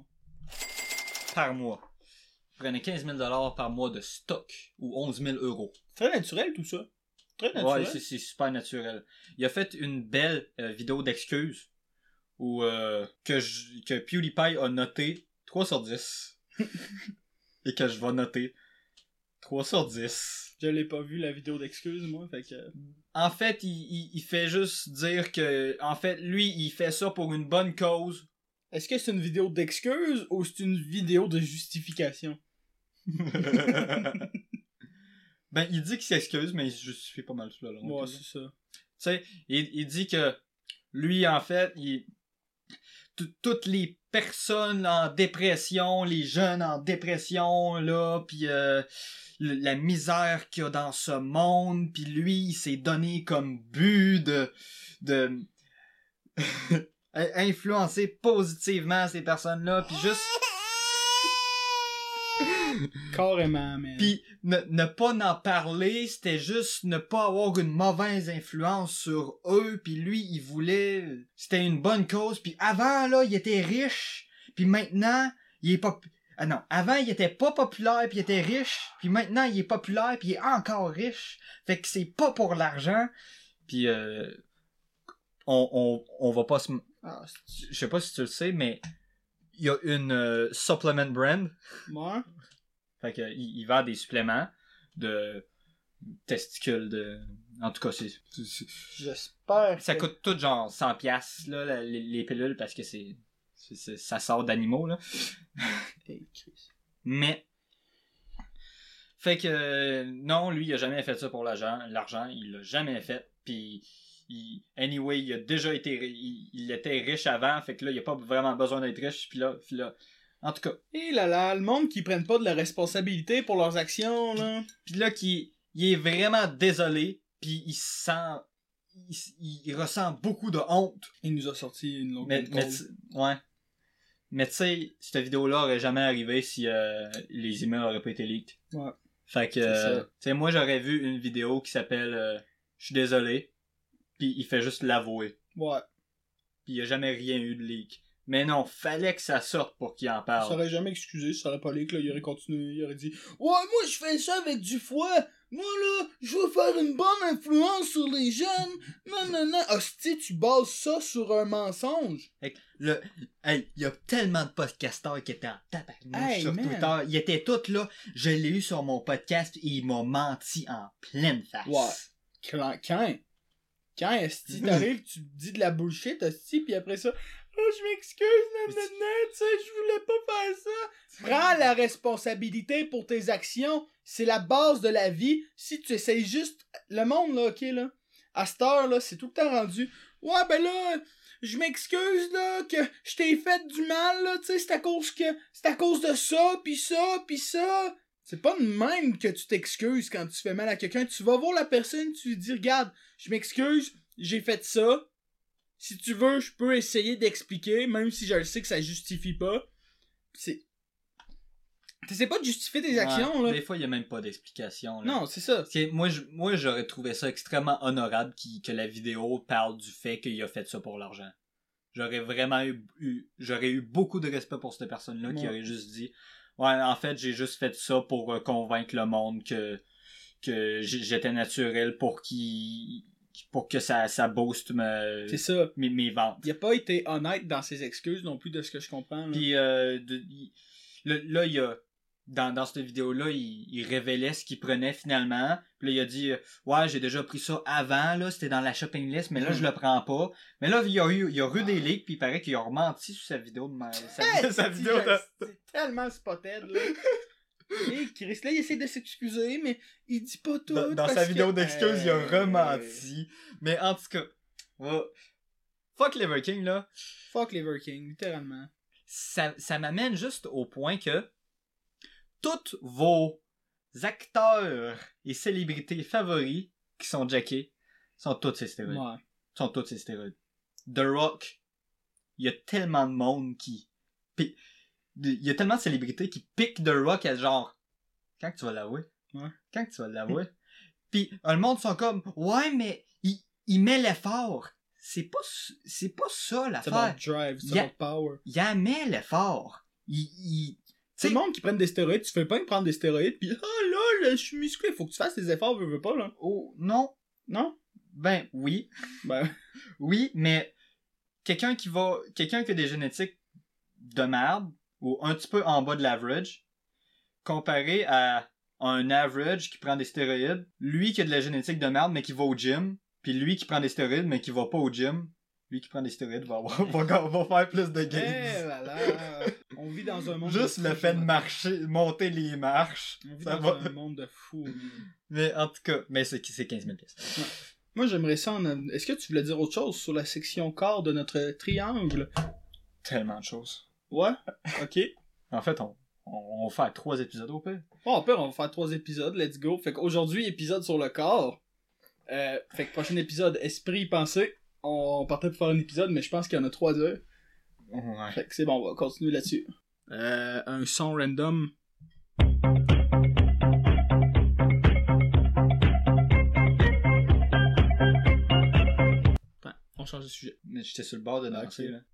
Il prenait 15 000 $ par mois de stock, ou 11 000 €. Très naturel tout ça. Très naturel. Ouais, c'est super naturel. Il a fait une belle vidéo d'excuses où que PewDiePie a noté 3 sur 10. Et que je vais noter 3 sur 10. Je l'ai pas vu la vidéo d'excuses, moi, fait que... En fait, il fait juste dire que, en fait, lui, il fait ça pour une bonne cause. Est-ce que c'est une vidéo d'excuses ou c'est une vidéo de justification? Ben, il dit qu'il s'excuse, mais il se justifie pas mal tout le long. Ouais, c'est ça. Tu sais, il dit que lui, en fait, toutes les personnes en dépression, les jeunes en dépression, là, pis la misère qu'il y a dans ce monde, pis lui, il s'est donné comme but de influencer positivement ces personnes-là, pis juste... Carrément, man. Pis ne pas en parler, c'était juste ne pas avoir une mauvaise influence sur eux, pis lui, il voulait... C'était une bonne cause, pis avant, là, il était riche, pis maintenant, il est pas... Ah non, avant, il était pas populaire, pis il était riche, pis maintenant, il est populaire, pis il est encore riche. Fait que c'est pas pour l'argent, pis on va pas se... Je sais pas si tu le sais, mais il y a une supplement brand. Ouais. Fait que il vend des suppléments de testicules en tout cas j'espère ça coûte tout genre 100$ là les pilules parce que ça sort d'animaux là. Mais Fait que, non, lui, il a jamais fait ça pour l'argent, il l'a jamais fait, puis anyway, il a déjà été, il était riche avant, fait que là, il a pas vraiment besoin d'être riche, puis là, en tout cas. Et là, le monde qui prennent pas de la responsabilité pour leurs actions, là. Puis là, il est vraiment désolé, puis il ressent beaucoup de honte. Il nous a sorti une longue ouais. Mais tu sais, cette vidéo-là aurait jamais arrivé si les emails auraient pas été leaked. Ouais. Fait que, tu sais, moi j'aurais vu une vidéo qui s'appelle Je suis désolé, puis il fait juste l'avouer. Ouais. Puis il y a jamais rien eu de leak. Mais non, fallait que ça sorte pour qu'il en parle. Ça aurait jamais excusé, ça aurait pas leak, là, il aurait continué, il aurait dit « Ouais, moi je fais ça avec du foie! Moi là, je veux faire une bonne influence sur les jeunes! Non. Hostie, tu bases ça sur un mensonge! » Hey, il y a tellement de podcasteurs qui étaient en tabarnouche sur man. Twitter. Ils étaient tous là. Je l'ai eu sur mon podcast et ils m'ont menti en pleine face. Ouais. Quand esti, t'arrives, tu dis de la bullshit, esti, pis après ça, « Oh, je m'excuse, tu sais, je voulais pas faire ça. » Prends la responsabilité pour tes actions. C'est la base de la vie. Si tu essayes juste... Le monde, là, ok, là, à cette heure, là, c'est tout le temps rendu. « Ouais, ben là, je m'excuse, là, que je t'ai fait du mal, là, tu sais, c'est à cause de ça, pis ça, pis ça. » C'est pas de même que tu t'excuses quand tu fais mal à quelqu'un. Tu vas voir la personne, tu lui dis « Regarde, je m'excuse, j'ai fait ça. Si tu veux, je peux essayer d'expliquer, même si je le sais que ça justifie pas. » T'essaies pas de justifier tes actions, là. Des fois, il y a même pas d'explication. Là. Non, c'est ça. Parce que moi, j'aurais trouvé ça extrêmement honorable que la vidéo parle du fait qu'il a fait ça pour l'argent. J'aurais vraiment j'aurais eu beaucoup de respect pour cette personne-là qui aurait juste dit « Ouais, en fait, j'ai juste fait ça pour convaincre le monde que j'étais naturel pour que ça booste c'est ça. mes ventes. » Il a pas été honnête dans ses excuses non plus de ce que je comprends. Là. Puis là, il y a dans cette vidéo-là, il révélait ce qu'il prenait finalement. Puis là, il a dit ouais, j'ai déjà pris ça avant, là, c'était dans la shopping list, mais là, je le prends pas. Mais là, il y a eu des leaks, puis il paraît qu'il a rementi sur sa vidéo de sa vidéo de... C'est tellement spotted, là. Et Chris, là, il essaie de s'excuser, mais il dit pas tout. Dans sa vidéo d'excuses, il a rementi. Mais en tout cas, fuck Liver King, là. Fuck Liver King, littéralement. Ça m'amène juste au point que tous vos acteurs et célébrités favoris qui sont jackés sont tous ces stéroïdes. Ouais. Sont tous ces stéroïdes. The Rock, il y a tellement de monde qui... Il y a tellement de célébrités qui piquent The Rock à genre... Quand que tu vas l'avouer? Ouais. Quand que tu vas l'avouer? Puis le monde sont comme... Ouais, mais il met l'effort. C'est pas ça l'affaire. C'est about drive, c'est about power. Il en met l'effort. C'est le monde qui prennent des stéroïdes, tu fais pas prendre des stéroïdes, pis oh là, je suis musclé, faut que tu fasses tes efforts, veux pas, là. Oh, non. Non? Ben, oui. Oui, mais quelqu'un qui a des génétiques de merde, ou un petit peu en bas de l'average, comparé à un average qui prend des stéroïdes, lui qui a de la génétique de merde, mais qui va au gym, puis lui qui prend des stéroïdes, mais qui va pas au gym, lui qui prend des stéroïdes va faire plus de gains. On vit dans un monde juste de le fait de monter les marches. On vit dans un monde de fous. Mais en tout cas, mais c'est 15 000 pièces. Ouais. Moi, j'aimerais ça Est-ce que tu voulais dire autre chose sur la section corps de notre triangle? Tellement de choses. Ouais? Ok. En fait, on va faire 3 épisodes au pire. Bon, au pire, on va faire 3 épisodes, let's go. Fait qu'aujourd'hui, épisode sur le corps. Fait que prochain épisode, esprit, pensée. On partait pour faire un épisode, mais je pense qu'il y en a 3 heures. Ouais. Fait que c'est bon, on va continuer là-dessus. Un son random. Attends, on change de sujet. Mais j'étais sur le bord de danser, là.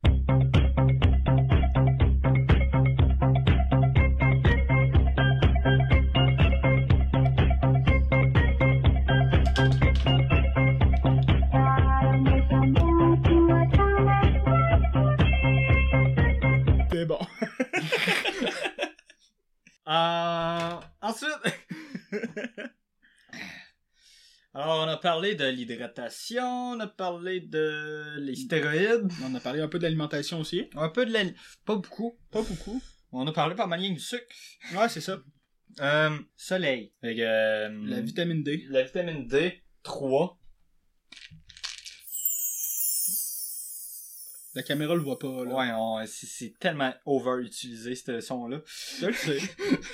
C'est bon. Ensuite... Alors, on a parlé de l'hydratation, on a parlé de les stéroïdes. On a parlé un peu de l'alimentation aussi. Un peu de Pas beaucoup. Pas beaucoup. On a parlé par manière du sucre. Ouais, c'est ça. Soleil. Fait que, La vitamine D. La vitamine D, 3. La caméra le voit pas, là. Ouais, c'est tellement over-utilisé, ce son-là. Je le sais.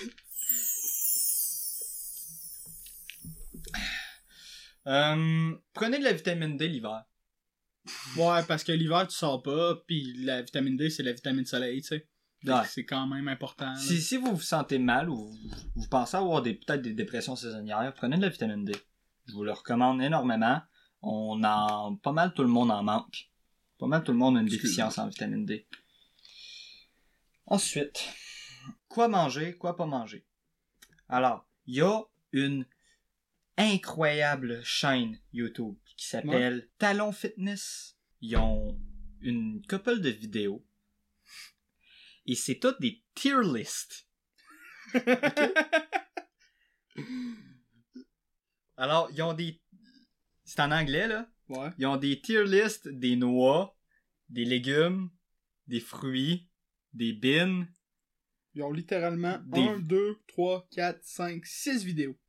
Prenez de la vitamine D l'hiver. Ouais, parce que l'hiver, tu sors pas, pis la vitamine D, c'est la vitamine soleil, tu sais. Ouais. C'est quand même important. Là. Si vous vous sentez mal ou vous pensez avoir peut-être des dépressions saisonnières, prenez de la vitamine D. Je vous le recommande énormément. Pas mal tout le monde en manque. Pas mal tout le monde a une déficience en vitamine D. Ensuite, quoi manger, quoi pas manger. Alors, il y a une incroyable chaîne YouTube qui s'appelle Talon Fitness. Ils ont une couple de vidéos. Et c'est toutes des tier lists. Alors, ils ont des... C'est en anglais, là. Ouais. Ils ont des tier lists des noix, des légumes, des fruits, des beans. Ils ont littéralement Des- 1, 2, 3, 4, 5, 6 vidéos.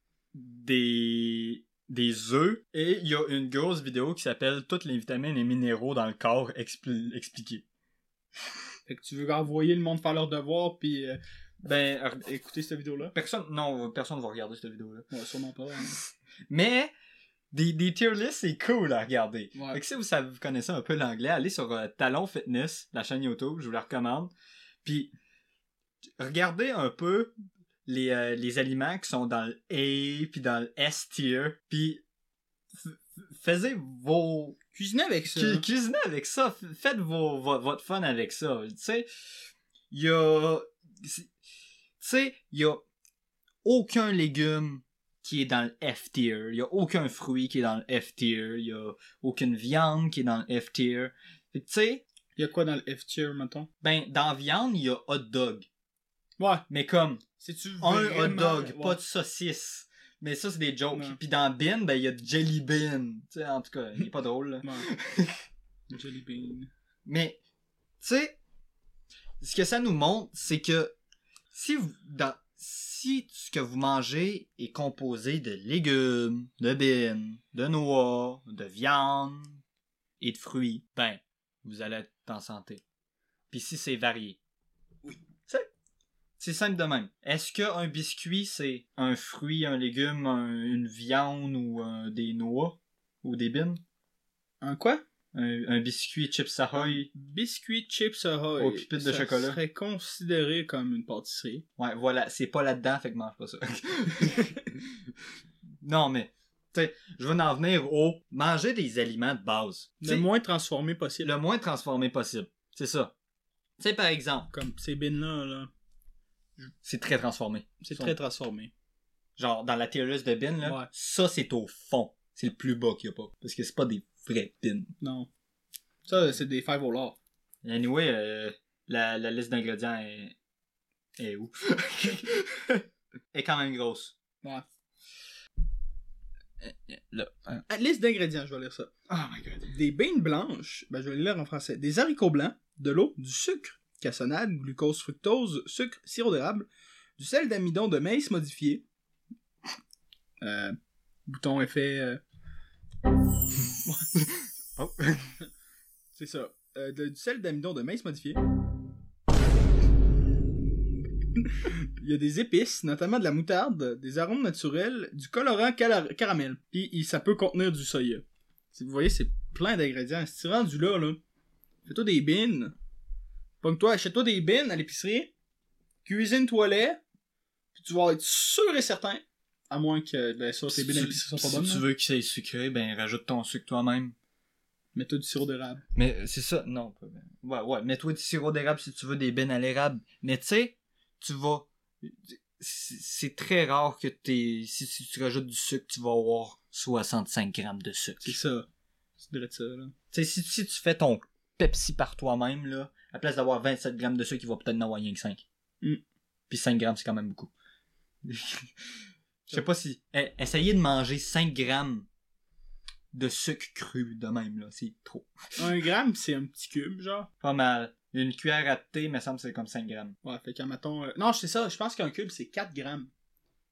des œufs. Et il y a une grosse vidéo qui s'appelle « Toutes les vitamines et minéraux dans le corps expliqués Fait que tu veux envoyer le monde faire leur devoir, puis Ben, écouter cette vidéo-là? personne va regarder cette vidéo-là. Ouais, sûrement pas. Hein. Mais, des tier lists, c'est cool à regarder. Ouais. Fait que si vous connaissez un peu l'anglais, allez sur Talon Fitness, la chaîne YouTube, je vous la recommande. Puis, regardez un peu les aliments qui sont dans le A, puis dans le S tier, puis faisez vos... Cuisiner avec ça. Cuisinez avec ça, faites votre fun avec ça. Tu sais, il y a... il y a aucun légume qui est dans le F tier. Il y a aucun fruit qui est dans le F tier. Il y a aucune viande qui est dans le F tier. Fait que tu sais... Il y a quoi dans le F-tier, mettons? Ben, dans viande, il y a hot dog. Ouais. Mais comme... C'est-tu un vraiment... hot dog, ouais. pas de saucisse. Mais ça, c'est des jokes. Ouais. Puis dans Bean, ben, il y a Jelly Bean. Tu sais, en tout cas, il est pas drôle, là. Ouais. Jelly bean. Mais, tu sais, ce que ça nous montre, c'est que si ce que vous mangez est composé de légumes, de beans, de noix, de viande et de fruits, ben, vous allez être en santé. Puis si c'est varié. Oui. C'est simple de même. Est-ce qu'un biscuit, c'est un fruit, un légume, une viande ou des noix ou des beans? Un quoi? Un biscuit Chips Ahoy. Biscuit Chips Ahoy. Aux pépites de chocolat. Ça serait considéré comme une pâtisserie. Ouais, voilà, c'est pas là-dedans, fait que mange pas ça. Non, mais, tu sais, je veux en venir au manger des aliments de base. Le T'sais, moins transformé possible. le moins transformé possible. C'est ça. Tu sais, par exemple, Comme ces bins-là, là. c'est très transformé. C'est très transformé. Genre, dans la tier list de bin, là, Ouais. ça, c'est au fond. C'est le plus bas qu'il y a pas. Parce que c'est pas des vrais bins. Non. Ça, c'est des fèves au lard. Anyway, la liste d'ingrédients est où? est quand même grosse. Ouais. Là. Hein. Liste d'ingrédients, je vais lire ça. Oh my god. Des beans blanches, ben je vais les lire en français. Des haricots blancs, de l'eau, du sucre, cassonade, glucose, fructose, sucre, sirop d'érable, du sel d'amidon de maïs modifié. Bouton effet. Oh. C'est ça. Du sel d'amidon de maïs modifié. Il y a des épices, notamment de la moutarde, des arômes naturels, du colorant caramel. Puis ça peut contenir du soya. Vous voyez, c'est plein d'ingrédients. Si tu es rendu là, fais-toi des bins. Pogne-toi, achète-toi des bins à l'épicerie. Cuisine-toi-les. Puis tu vas être sûr et certain. À moins que, ben ça, tes bins à l'épicerie sont pas bonnes. Si tu veux que ça ait sucré, ben rajoute ton sucre toi-même. Mets-toi du sirop d'érable. Mais c'est ça, non. Ouais, mets-toi du sirop d'érable si tu veux des bines à l'érable. Mais tu sais, tu vas... C'est très rare que si tu rajoutes du sucre, tu vas avoir 65 grammes de sucre. C'est ça. C'est direct ça, là. Tu sais, si tu fais ton Pepsi par toi-même, là, à place d'avoir 27 grammes de sucre, il va peut-être en avoir rien que 5. Puis 5 grammes, c'est quand même beaucoup. Je sais pas si... essayez de manger 5 grammes de sucre cru de même, là. C'est trop. 1 gramme, c'est un petit cube, genre. Pas mal. Une cuillère à thé, me semble que c'est comme 5 grammes. Ouais, fait qu'à mettons... Non, c'est ça, je pense qu'un cube, c'est 4 grammes.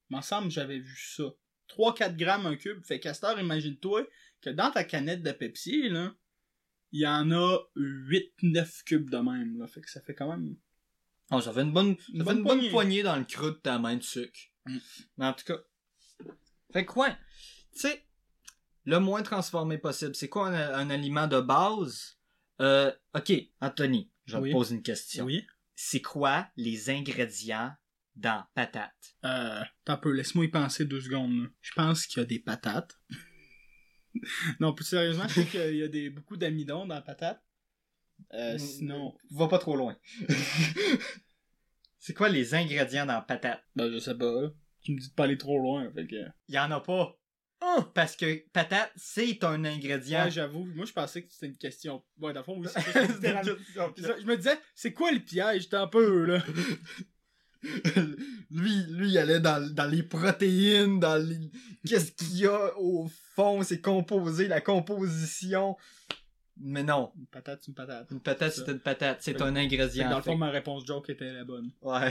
Mais ensemble, j'avais vu ça. 3-4 grammes un cube. Fait qu'à cette heure, imagine-toi que dans ta canette de Pepsi, là, il y en a 8-9 cubes de même, là. Fait que ça fait quand même... Oh, ça fait une bonne poignée dans le creux de ta main de sucre. Mais en tout cas... Fait que ouais, tu sais, le moins transformé possible. C'est quoi un aliment de base? Ok, Anthony, je vais te poser une question. Oui? C'est quoi les ingrédients dans patates? T'as peu, laisse-moi y penser 2 secondes, là. Je pense qu'il y a des patates. Non, plus sérieusement, je sais qu'il y a beaucoup d'amidon dans la patate. Sinon... Va pas trop loin. C'est quoi les ingrédients dans patate? Ben, je sais pas, là. Tu me dis de pas aller trop loin, fait que... Y en a pas. Parce que patate, c'est un ingrédient. Ouais, j'avoue. Moi, je pensais que c'était une question. Ouais, dans le fond, oui, c'est je me disais, c'est quoi le piège? T'es un peu, là. lui, il allait dans les protéines, dans les... Qu'est-ce qu'il y a au fond, c'est composé, la composition. Mais non. Une patate, c'est une patate. Une patate, c'est une patate. C'est un ingrédient. Dans le fond, ma réponse joke était la bonne. Ouais.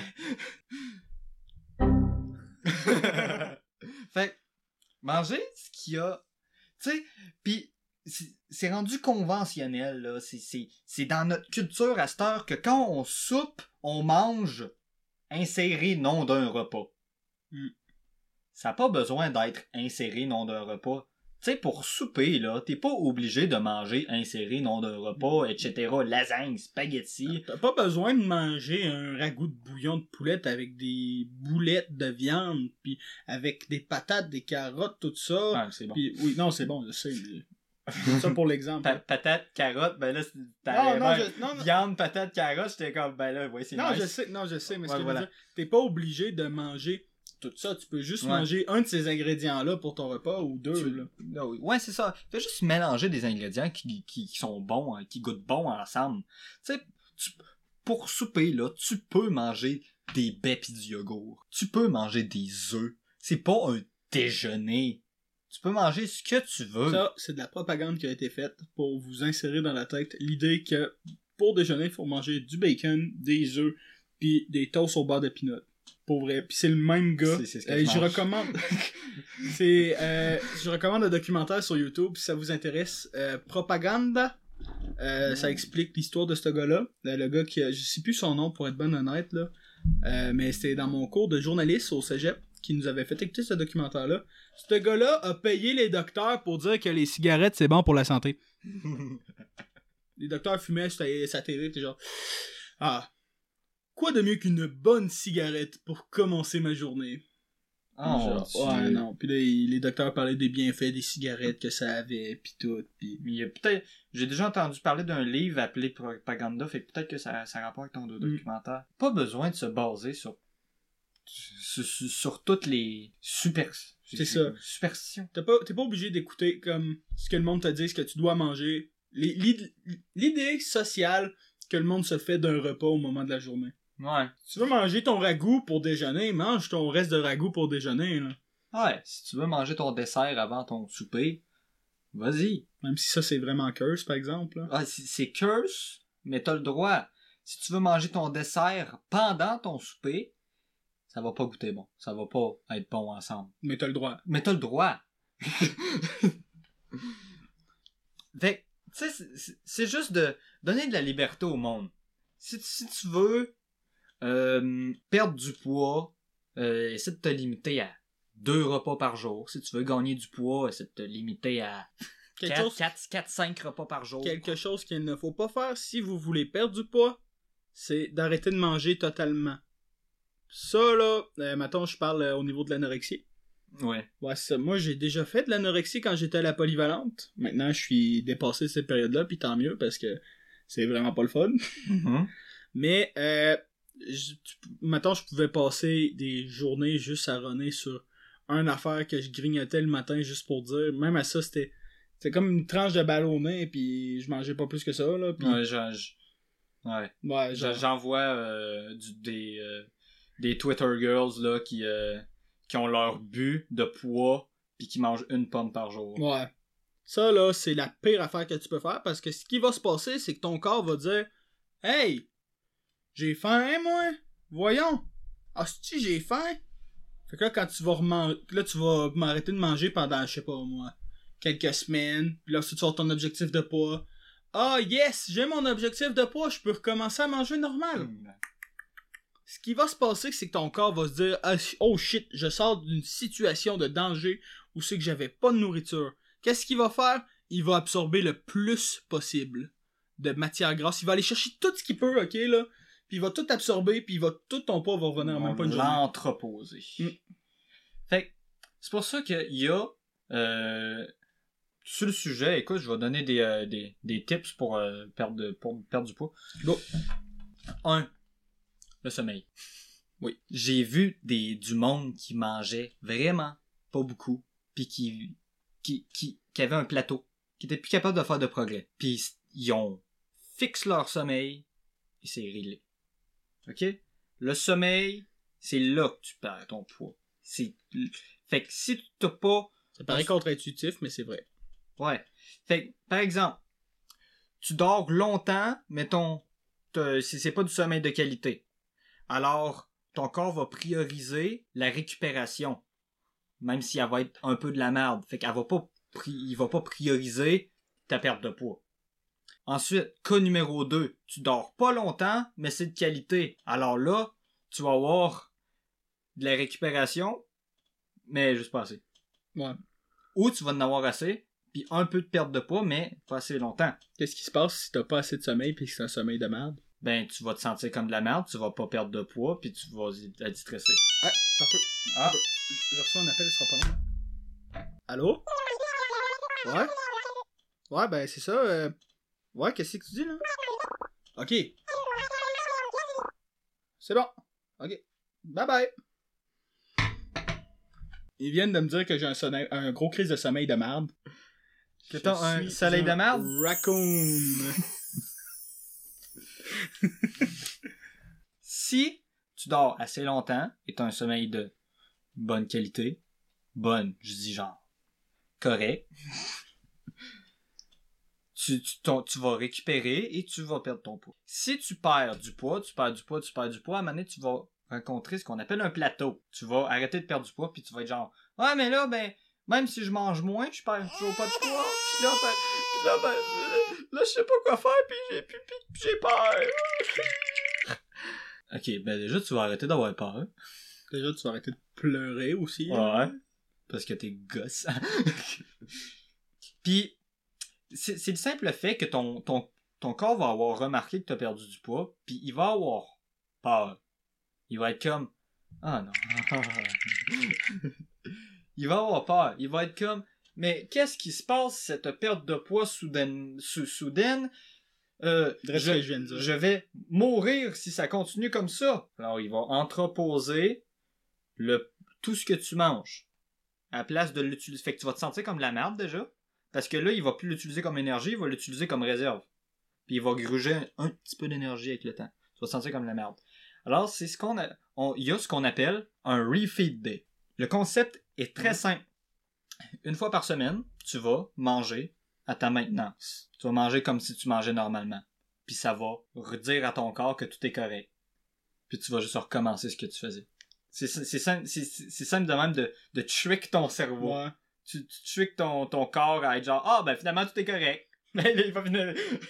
Fait manger ce qu'il y a. Tu sais, pis c'est rendu conventionnel, là. C'est dans notre culture à cette heure que quand on soupe, on mange inséré non d'un repas. Ça n'a pas besoin d'être inséré non d'un repas. Tu sais, pour souper, là, t'es pas obligé de manger inséré non d'un repas, etc. Lasagne, spaghetti. T'as pas besoin de manger un ragoût de bouillon de poulette avec des boulettes de viande, puis avec des patates, des carottes, tout ça. Ouais, c'est bon. Pis, oui, non, c'est bon, je sais. Ça pour l'exemple. Patate, carotte, ben là, viande, patate, carotte, j'étais comme, ben là, ouais, c'est nice. Je sais, mais ce que je veux dire, t'es pas obligé de manger tout ça, tu peux juste manger un de ces ingrédients-là pour ton repas, ou 2, là. Ah oui. Ouais, c'est ça. Fais juste mélanger des ingrédients qui sont bons, qui goûtent bon ensemble. Tu sais, pour souper, là, tu peux manger des baies pis du yogourt. Tu peux manger des œufs. C'est pas un déjeuner. Tu peux manger ce que tu veux. Ça, c'est de la propagande qui a été faite pour vous insérer dans la tête l'idée que pour déjeuner, il faut manger du bacon, des œufs, puis des toasts au beurre de pinot. Pour vrai. Puis c'est le même gars. C'est ce que je recommande. Je recommande un documentaire sur YouTube si ça vous intéresse. Propaganda. Ça explique l'histoire de ce gars-là. Le gars qui a, je sais plus son nom pour être ben honnête là. Mais c'était dans mon cours de journaliste au cégep qui nous avait fait écouter ce documentaire-là. Ce gars-là a payé les docteurs pour dire que les cigarettes c'est bon pour la santé. Les docteurs fumaient sur sa télé, t'es genre quoi de mieux qu'une bonne cigarette pour commencer ma journée? Ouais, non. Puis là, les docteurs parlaient des bienfaits des cigarettes que ça avait, pis tout. Pis... Mais il y a peut-être... J'ai déjà entendu parler d'un livre appelé Propaganda, fait que peut-être que ça rapporte avec ton documentaire. Pas besoin de se baser sur toutes les superstitions. T'es pas obligé d'écouter comme ce que le monde te dit, ce que tu dois manger. L'idée sociale que le monde se fait d'un repas au moment de la journée. Ouais. Si tu veux manger ton ragoût pour déjeuner, mange ton reste de ragoût pour déjeuner, là. Ouais, si tu veux manger ton dessert avant ton souper, vas-y. Même si ça, c'est vraiment curse, par exemple, là. Ah, c'est curse, mais t'as le droit. Si tu veux manger ton dessert pendant ton souper, ça va pas goûter bon. Ça va pas être bon ensemble. Mais t'as le droit. Fait tu sais, c'est juste de donner de la liberté au monde. Si tu veux perdre du poids, essaie de te limiter à 2 repas par jour. Si tu veux gagner du poids, essaie de te limiter à 4-5 repas par jour. Quelque chose qu'il ne faut pas faire si vous voulez perdre du poids, c'est d'arrêter de manger totalement. Ça, là, mettons, je parle au niveau de l'anorexie. Ouais. Ouais, ça. Moi, j'ai déjà fait de l'anorexie quand j'étais à la polyvalente. Maintenant, je suis dépassé de cette période-là, puis tant mieux, parce que c'est vraiment pas le fun. Mm-hmm. Mais, mettons, je pouvais passer des journées juste à runner sur une affaire que je grignotais le matin juste pour dire. Même à ça, c'était comme une tranche de ballonnet, puis je mangeais pas plus que ça, là. Puis... Ouais, j'en vois des Twitter girls, là, qui ont leur but de poids puis qui mangent une pomme par jour. Ouais. Ça, là, c'est la pire affaire que tu peux faire parce que ce qui va se passer, c'est que ton corps va dire « Hey, j'ai faim, moi! Voyons! Hostie, j'ai faim! » Fait que là, quand tu vas là, tu vas m'arrêter de manger pendant, je sais pas moi, quelques semaines. Puis là, si tu vas ton objectif de poids. Ah, yes! J'ai mon objectif de poids, je peux recommencer à manger normal. Ce qui va se passer, c'est que ton corps va se dire oh shit, je sors d'une situation de danger où c'est que j'avais pas de nourriture. Qu'est-ce qu'il va faire? Il va absorber le plus possible de matière grasse. Il va aller chercher tout ce qu'il peut, ok, là. Puis il va tout absorber, puis tout ton poids va revenir en même pas une journée. L'entreposer. Fait que, c'est pour ça qu'il y a sur le sujet, écoute, je vais donner des tips pour perdre du poids. Go! 1. Le sommeil. Oui. J'ai vu du monde qui mangeait vraiment pas beaucoup, puis qui avait un plateau, qui était plus capable de faire de progrès. Puis ils ont fixé leur sommeil, et c'est réglé. OK? Le sommeil, c'est là que tu perds ton poids. Fait que si tu t'as pas... Ça paraît contre-intuitif, mais c'est vrai. Ouais. Fait que, par exemple, tu dors longtemps, mais c'est pas du sommeil de qualité. Alors, ton corps va prioriser la récupération. Même si elle va être un peu de la merde. Fait qu'il va pas prioriser ta perte de poids. Ensuite, cas numéro 2, tu dors pas longtemps, mais c'est de qualité. Alors là, tu vas avoir de la récupération, mais juste pas assez. Ouais. Ou tu vas en avoir assez, puis un peu de perte de poids, mais pas assez longtemps. Qu'est-ce qui se passe si t'as pas assez de sommeil puis que c'est un sommeil de merde? Ben, tu vas te sentir comme de la merde, tu vas pas perdre de poids, puis tu vas être stressé. Ah, un peu. Ah. Je reçois un appel, il sera pas long. Allô? Ouais? Ouais, ben c'est ça. Ouais, qu'est-ce que tu dis, là? Ok. C'est bon. Ok. Bye bye. Ils viennent de me dire que j'ai un gros crise de sommeil de merde. Que t'as un soleil de merde? Raccoon. Si tu dors assez longtemps et t'as un sommeil de bonne qualité, je dis genre correct, tu vas récupérer et tu vas perdre ton poids. Si tu perds du poids, à un moment donné, tu vas rencontrer ce qu'on appelle un plateau. Tu vas arrêter de perdre du poids puis tu vas être genre ouais mais là ben même si je mange moins, je perds toujours pas de poids. Puis là je sais pas quoi faire puis j'ai peur. Ok, ben déjà tu vas arrêter d'avoir peur. Déjà tu vas arrêter de pleurer aussi. Ouais. Parce que t'es gosse. Puis c'est le simple fait que ton corps va avoir remarqué que t'as perdu du poids, puis il va avoir peur. Il va être comme ah non. Il va avoir peur. Il va être comme mais qu'est-ce qui se passe cette perte de poids soudaine? Je vais mourir si ça continue comme ça. Alors il va entreposer tout ce que tu manges à la place de l'utiliser. Fait que tu vas te sentir comme de la merde déjà. Parce que là, il va plus l'utiliser comme énergie, il va l'utiliser comme réserve. Puis il va gruger un petit peu d'énergie avec le temps. Tu vas te sentir comme de la merde. Alors, c'est il y a ce qu'on appelle un refeed day. Le concept est très simple. Une fois par semaine, tu vas manger à ta maintenance. Tu vas manger comme si tu mangeais normalement. Puis ça va redire à ton corps que tout est correct. Puis tu vas juste recommencer ce que tu faisais. C'est simple de même de trick ton cerveau. Ouais. Tu trick ton corps à être genre ah ben finalement tout est correct. Mais là, il va venir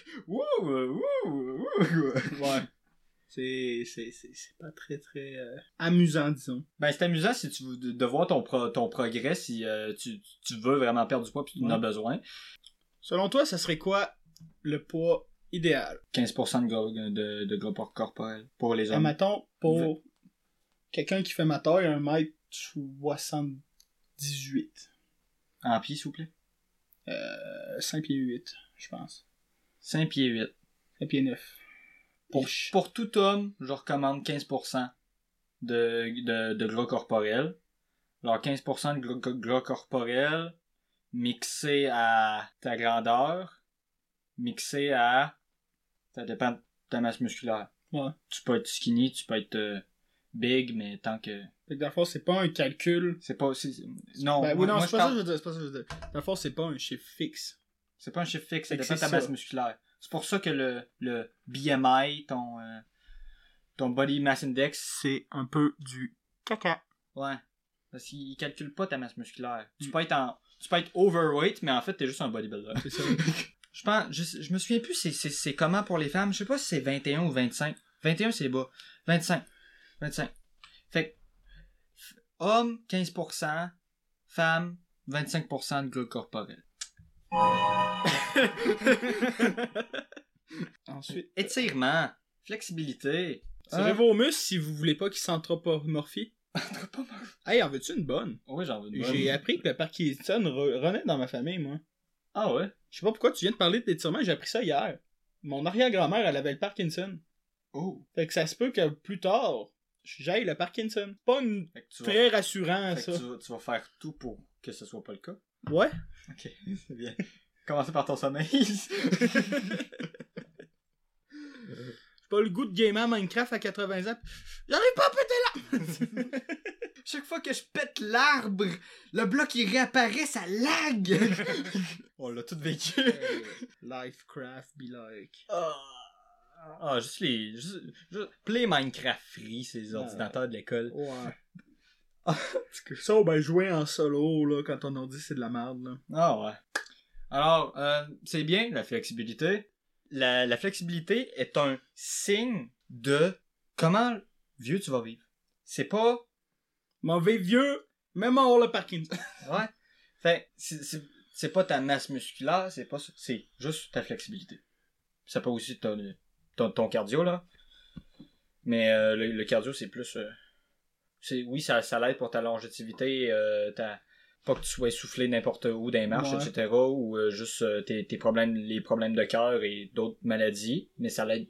ouais. C'est pas très très amusant disons. Ben c'est amusant si tu veux de voir ton progrès si tu veux vraiment perdre du poids puis tu en as besoin. Selon toi, ça serait quoi le poids idéal? 15% de gras corporel pour les hommes. Mettons, pour quelqu'un qui fait ma taille, 1m78. En pied, s'il vous plaît? 5 pieds 8, je pense. 5 pieds 8. 5 pieds 9. Pour tout homme, je recommande 15% de gras corporel. Alors 15% de gras corporel mixé à ta grandeur, mixé à... Ça dépend de ta masse musculaire. Ouais. Tu peux être skinny, tu peux être big, mais tant que... Fait que dans le fond, c'est pas un calcul... Non, ben, oui, non, c'est pas ça que je veux dire. Dans le fond, c'est pas un chiffre fixe. C'est pas un chiffre fixe, ça dépend de ta masse musculaire. C'est pour ça que le BMI, ton Body Mass Index, c'est un peu du caca. Ouais. Parce qu'il calcule pas ta masse musculaire. Tu peux être overweight, mais en fait, t'es juste un bodybuilder. C'est ça. Je me souviens plus c'est comment pour les femmes. Je sais pas si c'est 21 ou 25. 21 c'est bas. 25. Fait que, homme, 15%. Femme, 25% de gras corporel. Ensuite, Étirement. Flexibilité. tirez vos muscles si vous voulez pas qu'ils s'anthropomorphient. Hey, en veux-tu une bonne? Oui, j'en veux une bonne. J'ai appris que le Parkinson renaît dans ma famille, moi. Ah ouais? Je sais pas pourquoi tu viens de parler d'étirement, j'ai appris ça hier. Mon arrière-grand-mère, elle avait le Parkinson. Oh. Fait que ça se peut que plus tard, j'aille le Parkinson. Pas une... très rassurant, ça. Tu vas faire tout pour que ce soit pas le cas. Ouais. Ok, c'est bien. Commencer par ton sommeil. J'ai pas le goût de gamer à Minecraft à 80 ans. J'arrive pas à péter là! Chaque fois que je pète l'arbre, le bloc il réapparaît, ça lag! On l'a tout vécu. Lifecraft be like. Juste play Minecraft free, ces ordinateurs de l'école. Ouais. Ça, ben jouer en solo, là, quand ton ordi c'est de la merde, là. Ah ouais. Alors, c'est bien, la flexibilité. La flexibilité est un signe de comment vieux tu vas vivre. C'est pas... Mauvais vieux, même avoir le Parkinson. Ouais. Fait, c'est pas ta masse musculaire, c'est pas ça. C'est juste ta flexibilité. Ça peut aussi ton cardio, là. Mais le cardio, c'est plus... oui, ça l'aide pour ta longévité, pas que tu sois essoufflé n'importe où dans les marches, Ouais. etc. Ou juste les problèmes de cœur et d'autres maladies. Mais ça l'aide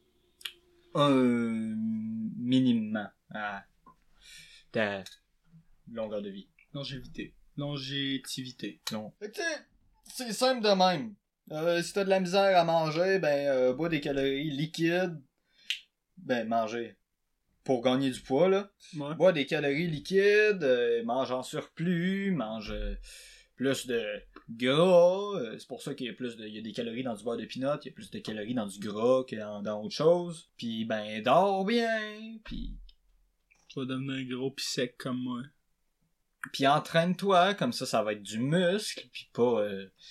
minimum à ta longueur de vie. Longévitivité. Non. Fait que tu sais, c'est simple de même. Si t'as de la misère à manger, bois des calories liquides. Manger. Pour gagner du poids, là. Ouais. Bois des calories liquides, mange en surplus, mange plus de gras. C'est pour ça qu'il y a il y a des calories dans du beurre de pinot, il y a plus de calories dans du gras que dans autre chose. Puis dors bien, puis Tu vas devenir gros pis sec comme moi. Puis entraîne-toi, comme ça va être du muscle, puis pas...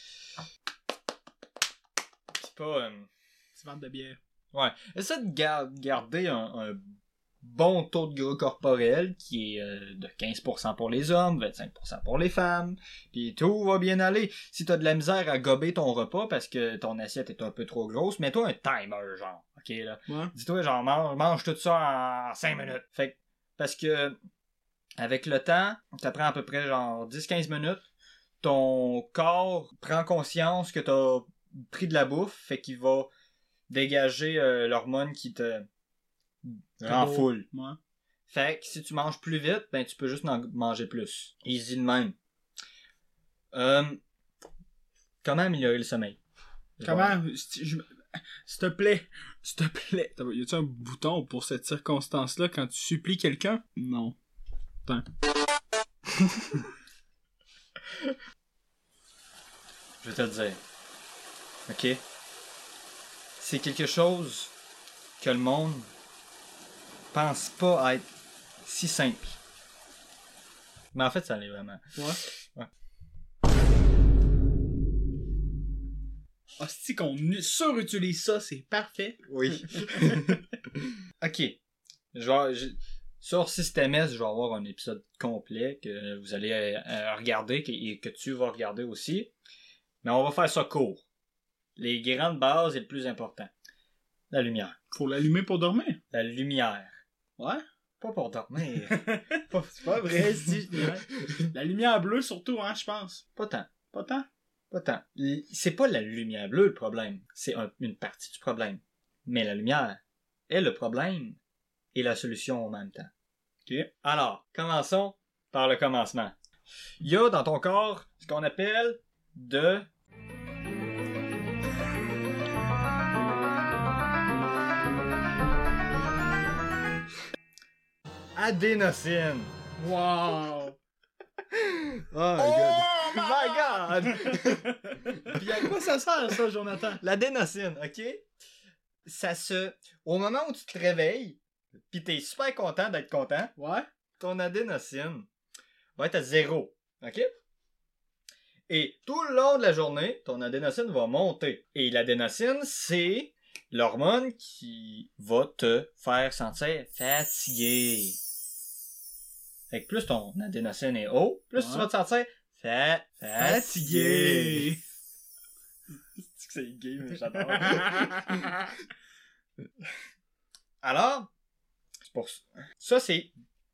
Tu vends de bière. Ouais. Essaie de garder un bon taux de gras corporel qui est de 15% pour les hommes, 25% pour les femmes, puis tout va bien aller. Si t'as de la misère à gober ton repas parce que ton assiette est un peu trop grosse, mets-toi un timer, genre, ok, là. Ouais. Dis-toi, genre, mange tout ça en 5 minutes. Fait que, parce que, avec le temps, ça prend à peu près, genre, 10-15 minutes, ton corps prend conscience que t'as pris de la bouffe, fait qu'il va dégager l'hormone qui te rend full. Ouais. Fait que si tu manges plus vite, tu peux juste en manger plus. Easy de même. Comment améliorer le sommeil? Comment? S'il te plaît. Y a-tu un bouton pour cette circonstance-là quand tu supplies quelqu'un? Non. Attends. Je vais te le dire. Ok? C'est quelque chose que le monde pense pas être si simple. Mais en fait, ça l'est vraiment. Ouais. Hostie qu'on surutilise ça, c'est parfait. Oui. Ok. Sur System S, je vais avoir un épisode complet que vous allez regarder et que tu vas regarder aussi. Mais on va faire ça court. Les grandes bases et le plus important. La lumière. Faut l'allumer pour dormir. La lumière. Ouais. Pas pour dormir. C'est pas vrai, si. La lumière bleue surtout, hein, je pense. Pas tant. Pas tant? Pas tant. C'est pas la lumière bleue le problème. C'est une partie du problème. Mais la lumière est le problème et la solution en même temps. Ok. Alors, commençons par le commencement. Il y a dans ton corps ce qu'on appelle de... adénosine. Wow! Oh my god! Puis à quoi ça sert, ça, Jonathan? L'adénosine, ok? Au moment où tu te réveilles, pis t'es super content d'être content, Ouais? ton adénosine va être à 0. OK? Et tout le long de la journée, ton adénocine va monter. Et l'adénocine, c'est l'hormone qui va te faire sentir fatigué. Fait que plus ton adénocine est haut, plus tu vas te sentir fatigué. C'est que c'est gay, mais j'adore. Alors, c'est pour ça. Ça, c'est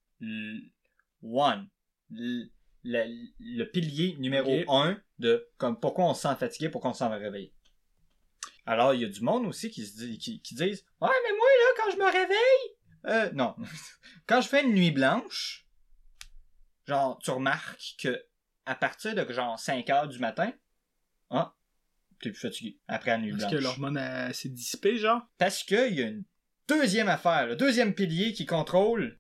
le pilier numéro 1 de comme pourquoi on se sent fatigué, pourquoi on se sent réveillé. Alors, il y a du monde aussi qui disent « Ouais, mais moi, là, quand je me réveille... non. Quand je fais une nuit blanche, genre, tu remarques que à partir de genre 5 heures du matin, t'es plus fatigué après la nuit blanche. Parce que l'hormone s'est dissipée, genre? Parce qu'il y a une deuxième affaire, le deuxième pilier qui contrôle...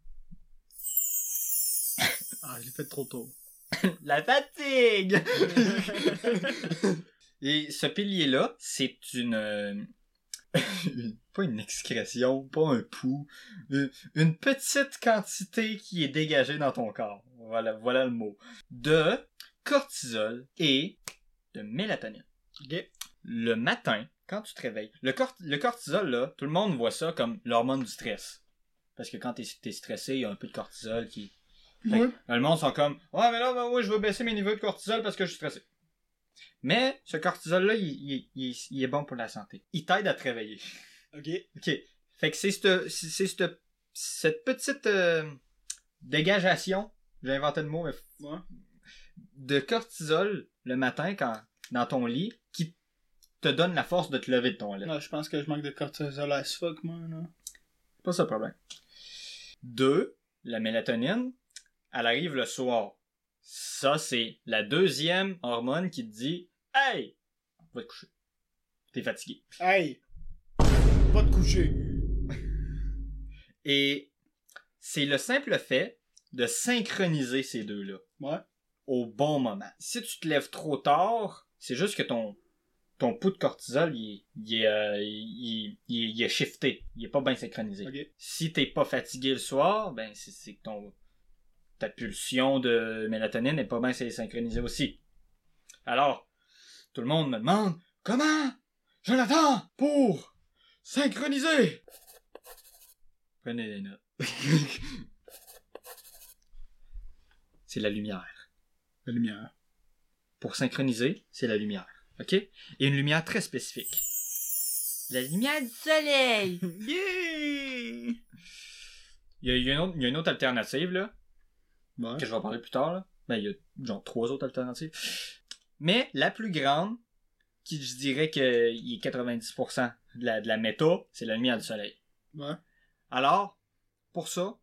Ah, je l'ai fait trop tôt. La fatigue! Et ce pilier-là, c'est pas une excrétion, pas un pouls, une petite quantité qui est dégagée dans ton corps. Voilà le mot. De cortisol et de mélatonine. OK. Le matin, quand tu te réveilles, le cortisol, là, tout le monde voit ça comme l'hormone du stress. Parce que quand t'es stressé, il y a un peu de cortisol qui... Ouais. Le monde sont comme « Ouais, mais là, moi, je veux baisser mes niveaux de cortisol parce que je suis stressé. » Mais ce cortisol-là, il est bon pour la santé. Il t'aide à te réveiller. OK. Fait que c'est cette petite dégagation, j'ai inventé le mot, mais de cortisol le matin dans ton lit qui te donne la force de te lever de ton lit. Non, je pense que je manque de cortisol as fuck, moi, là. Pas ça le problème. 2, la mélatonine, elle arrive le soir. Ça, c'est la deuxième hormone qui te dit « Hey, va te coucher. T'es fatigué. » Hey, va te coucher. Et c'est le simple fait de synchroniser ces deux-là. Ouais. Au bon moment. Si tu te lèves trop tard, c'est juste que ton pouls de cortisol, il est shifté. Il est pas bien synchronisé. Okay. Si t'es pas fatigué le soir, ben c'est que ta pulsion de mélatonine n'est pas bien synchronisée aussi. Alors, tout le monde me demande comment Jonathan pour synchroniser. Prenez des notes. C'est la lumière. La lumière. Pour synchroniser, c'est la lumière. OK? Et une lumière très spécifique. La lumière du soleil! Yeah! Il y a une autre alternative, là. Ouais. Que je vais parler plus tard, là. Ben, il y a genre 3 autres alternatives. Mais la plus grande, qui je dirais qu'il est 90% de la méta, c'est la lumière du soleil. Ouais. Alors, pour ça,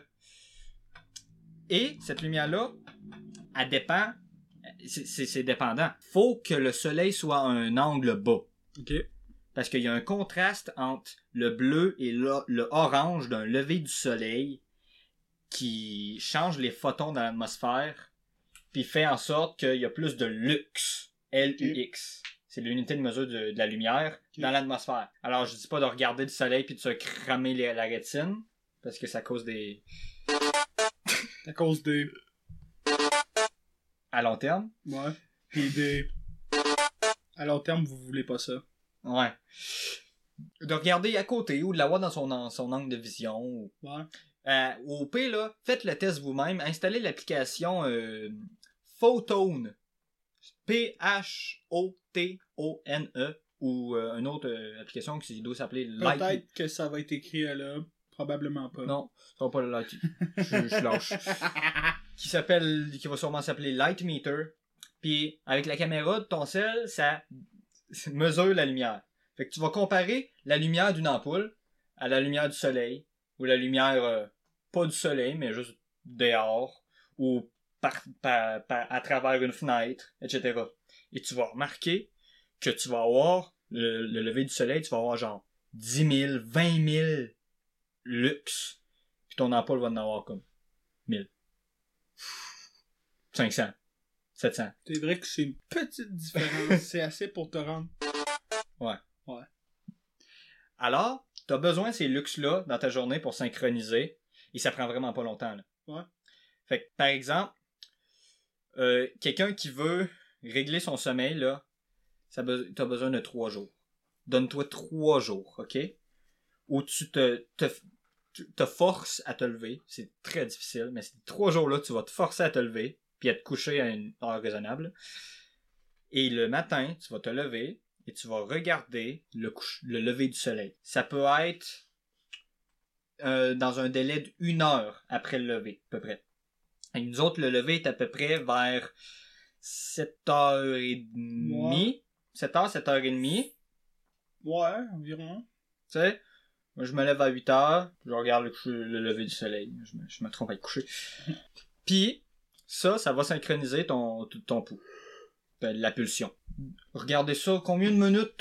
et cette lumière-là, elle dépend... C'est dépendant. Faut que le soleil soit à un angle bas. OK. Parce qu'il y a un contraste entre le bleu et le orange d'un lever du soleil qui change les photons dans l'atmosphère puis fait en sorte qu'il y a plus de lux. L-U-X. C'est l'unité de mesure de la lumière dans l'atmosphère. Alors, je dis pas de regarder le soleil puis de se cramer la rétine parce que ça cause des... À cause des... À long terme. Ouais. Puis des... À long terme, vous voulez pas ça. Ouais. De regarder à côté ou de l'avoir dans son angle de vision. Ou... Ouais. Au pire, là, faites le test vous-même. Installez l'application Photone. P-H-O-T-O-N-E. Ou une autre application qui doit s'appeler Light. Peut-être que ça va être écrit là. Probablement pas. Non, ça va pas le Light. Je lâche. Qui va sûrement s'appeler Light Meter. Puis avec la caméra de ton cell, ça mesure la lumière. Fait que tu vas comparer la lumière d'une ampoule à la lumière du soleil, ou la lumière pas du soleil, mais juste dehors, ou à travers une fenêtre, etc. Et tu vas remarquer que tu vas avoir le lever du soleil, tu vas avoir genre 10 000, 20 000 lux. Puis ton ampoule va en avoir comme 1000. 500. 700. C'est vrai que c'est une petite différence. C'est assez pour te rendre. Ouais. Ouais. Alors, t'as besoin de ces luxes-là dans ta journée pour synchroniser. Et ça prend vraiment pas longtemps, là. Ouais. Fait que, par exemple, quelqu'un qui veut régler son sommeil, là, t'as besoin de 3 jours. Donne-toi 3 jours, OK? Où tu te forces à te lever. C'est très difficile, mais ces 3 jours-là, tu vas te forcer à te lever, puis à te coucher à une heure raisonnable. Et le matin, tu vas te lever et tu vas regarder le lever du soleil. Ça peut être dans un délai d'1 heure après le lever, à peu près. Et nous autres, le lever est à peu près vers 7h30. Ouais. 7h, 7h30. Ouais, environ. Tu sais, moi, je me lève à 8h, je regarde le lever du soleil. Je me trompe à être couché. Puis, ça va synchroniser ton pouls. La pulsion. Regardez ça, combien de minutes?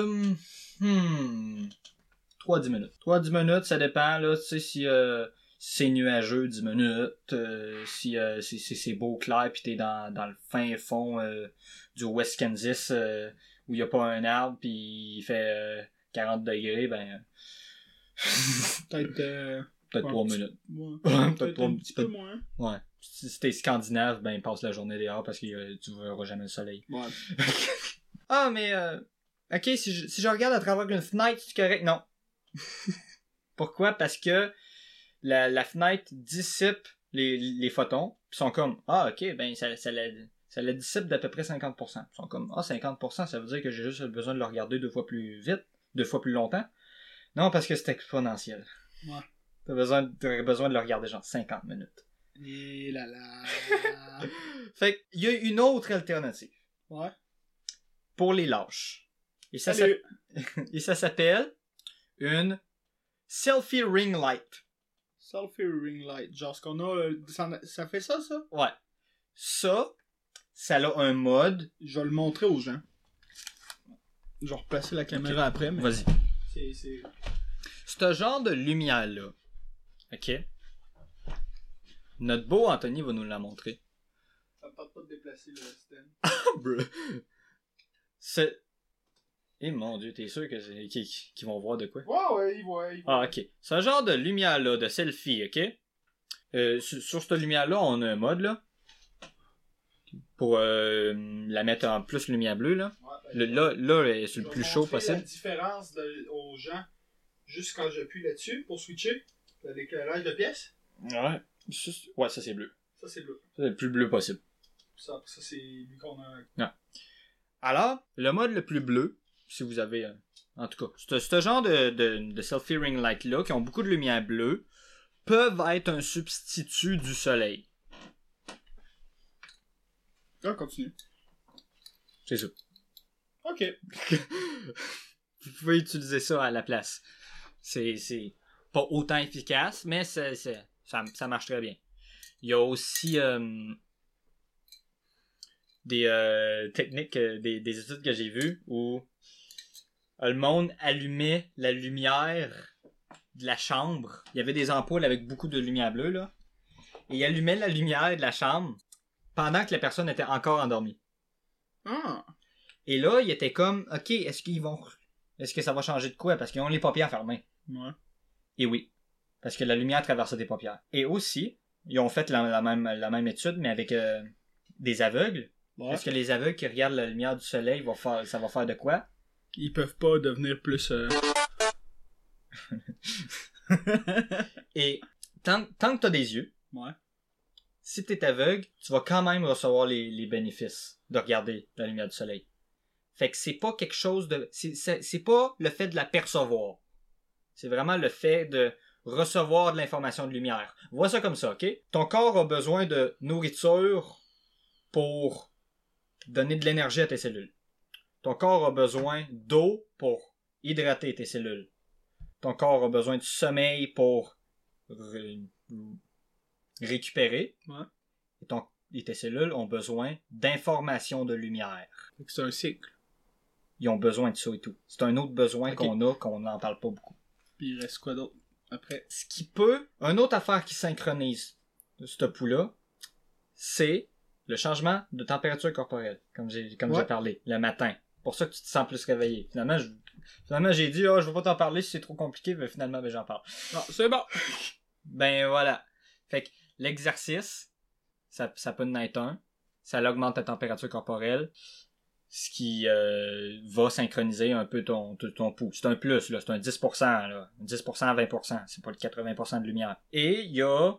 3-10 minutes. 3-10 minutes, ça dépend, là, tu sais, si c'est nuageux, 10 minutes, si c'est beau clair, pis t'es dans le fin fond du West Kansas, où il y a pas un arbre, pis il fait 40 degrés, ben... Peut-être 3 minutes. Ouais. Peut-être un petit peu moins. Ouais. Si t'es scandinave, ben passe la journée dehors parce que tu verras jamais le soleil. Ouais. Ah, mais ok, si je regarde à travers une fenêtre, c'est correct? Non. Pourquoi? Parce que la fenêtre dissipe les photons, pis sont comme, ah, ok, ben ça la dissipe d'à peu près 50%. Ils sont comme, ah, 50%, ça veut dire que j'ai juste besoin de le regarder 2 fois plus vite, 2 fois plus longtemps. Non, parce que c'est exponentiel. Ouais. T'aurais besoin de le regarder genre 50 minutes. Et là là. Fait qu'il y a une autre alternative. Ouais. Pour les lâches. Et ça s'appelle une selfie ring light. Selfie ring light. Genre ce qu'on a... Ça fait ça? Ouais. Ça a un mode. Je vais le montrer aux gens. Je vais replacer la caméra après, mais... Vas-y. C'est... Ce genre de lumière-là. OK? Notre beau Anthony va nous la montrer. Ça me tente pas de déplacer le stand. C'est... Eh mon Dieu, t'es sûr que c'est... qu'ils vont voir de quoi? Ouais, ils voient. Ah, ok. Ce genre de lumière-là, de selfie, ok? Sur cette lumière-là, on a un mode, là. Pour la mettre en plus lumière bleue, là. Ouais, là, c'est le plus chaud possible. La différence aux gens, juste quand j'appuie là-dessus, pour switcher, l'éclairage de pièce. Ouais. Ouais, ça c'est bleu. Ça c'est bleu. Ça, c'est le plus bleu possible. Ça c'est lui qu'on a... Ouais. Alors, le mode le plus bleu, si vous avez... en tout cas, ce genre de selfie ring light-là, qui ont beaucoup de lumière bleue, peuvent être un substitut du soleil. Ah, continue. C'est ça. Ok. Vous pouvez utiliser ça à la place. C'est pas autant efficace, mais ça marche très bien. Il y a aussi des techniques, des études que j'ai vues où le monde allumait la lumière de la chambre. Il y avait des ampoules avec beaucoup de lumière bleue, là. Et il allumait la lumière de la chambre pendant que la personne était encore endormie. Ah. Et là, il était comme, ok, est-ce que ça va changer de quoi? Parce qu'ils ont les paupières fermées. Ouais. Et oui. Parce que la lumière traversait des paupières. Et aussi, ils ont fait la même étude, mais avec des aveugles. Ouais. Est-ce que les aveugles qui regardent la lumière du soleil, ça va faire de quoi? Ils peuvent pas devenir plus... Et tant que t'as des yeux, ouais. Si t'es aveugle, tu vas quand même recevoir les bénéfices de regarder la lumière du soleil. Fait que c'est pas quelque chose de... C'est pas le fait de la percevoir. C'est vraiment le fait de recevoir de l'information de lumière. Vois ça comme ça, ok? Ton corps a besoin de nourriture pour donner de l'énergie à tes cellules. Ton corps a besoin d'eau pour hydrater tes cellules. Ton corps a besoin de sommeil pour récupérer. Ouais. Et tes cellules ont besoin d'information de lumière. C'est un cycle. Ils ont besoin de ça et tout. C'est un autre besoin qu'on n'en parle pas beaucoup. Puis il reste quoi d'autre après? Ce qui peut... Une autre affaire qui synchronise ce pouls-là, c'est le changement de température corporelle, comme j'ai parlé, le matin. Pour ça que tu te sens plus réveillé. Finalement, j'ai dit, je veux pas t'en parler si c'est trop compliqué, mais finalement, j'en parle. Non, c'est bon! Ben voilà. Fait que l'exercice, ça peut en être un. ça augmente ta température corporelle, ce qui va synchroniser un peu ton pouls. C'est un plus, là, c'est un 10%, là. 10% à 20%, c'est pas le 80% de lumière. Et il y a,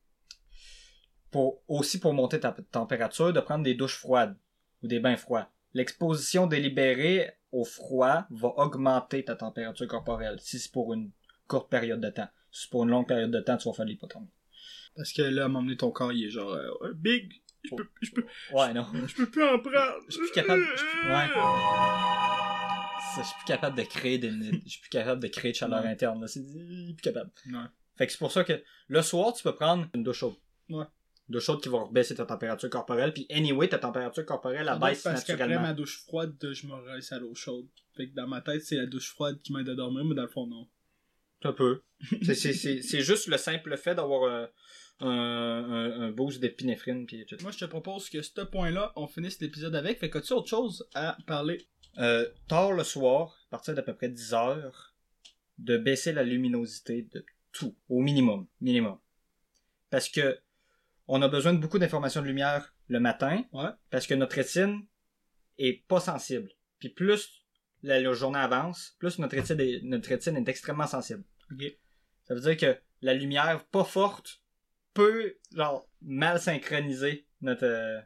aussi pour monter ta température, de prendre des douches froides ou des bains froids. L'exposition délibérée au froid va augmenter ta température corporelle si c'est pour une courte période de temps. Si c'est pour une longue période de temps, tu vas faire de l'hypothermie. Parce que là, à m'emmener ton corps, il est genre big. Ouais, non. Je peux plus en prendre. Je suis plus capable. Je suis plus capable de créer de chaleur interne. Là. Je suis plus capable. Ouais. Fait que c'est pour ça que le soir, tu peux prendre une douche chaude. Ouais. Une douche chaude qui va baisser ta température corporelle. Puis anyway, ta température corporelle, elle baisse parce naturellement. qu'après ma douche froide, je me rince à l'eau chaude. Fait que dans ma tête, c'est la douche froide qui m'aide à dormir, mais dans le fond, non. Un peu. C'est juste le simple fait d'avoir un boost d'épinéphrine. Puis tout. Moi, je te propose que ce point-là, on finisse l'épisode avec. Fait que tu as autre chose à parler? Tard le soir, à partir d'à peu près 10 heures, de baisser la luminosité de tout. Au minimum. Parce que on a besoin de beaucoup d'informations de lumière le matin. Ouais. Parce que notre rétine est pas sensible. Puis plus la journée avance, plus notre rétine est extrêmement sensible. Okay. Ça veut dire que la lumière pas forte peut mal synchroniser notre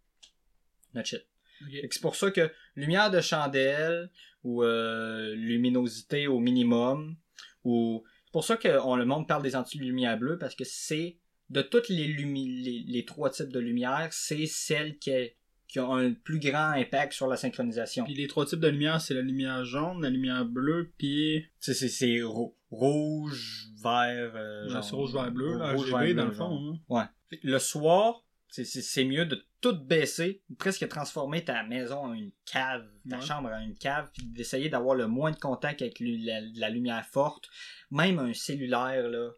shit. Okay. C'est pour ça que lumière de chandelle ou luminosité au minimum, ou c'est pour ça que le monde parle des anti-lumière bleue, parce que c'est de toutes les trois types de lumière, c'est celle qui a un plus grand impact sur la synchronisation. Puis les trois types de lumière, c'est la lumière jaune, la lumière bleue, puis... C'est rouge, vert... c'est rouge, vert, bleu, rouge, RGB, vert, dans bleu, le fond. Hein. Ouais. Le soir, c'est mieux de tout baisser, presque transformer ta maison en une cave, ta chambre en une cave, puis d'essayer d'avoir le moins de contact avec la lumière forte. Même un cellulaire, là,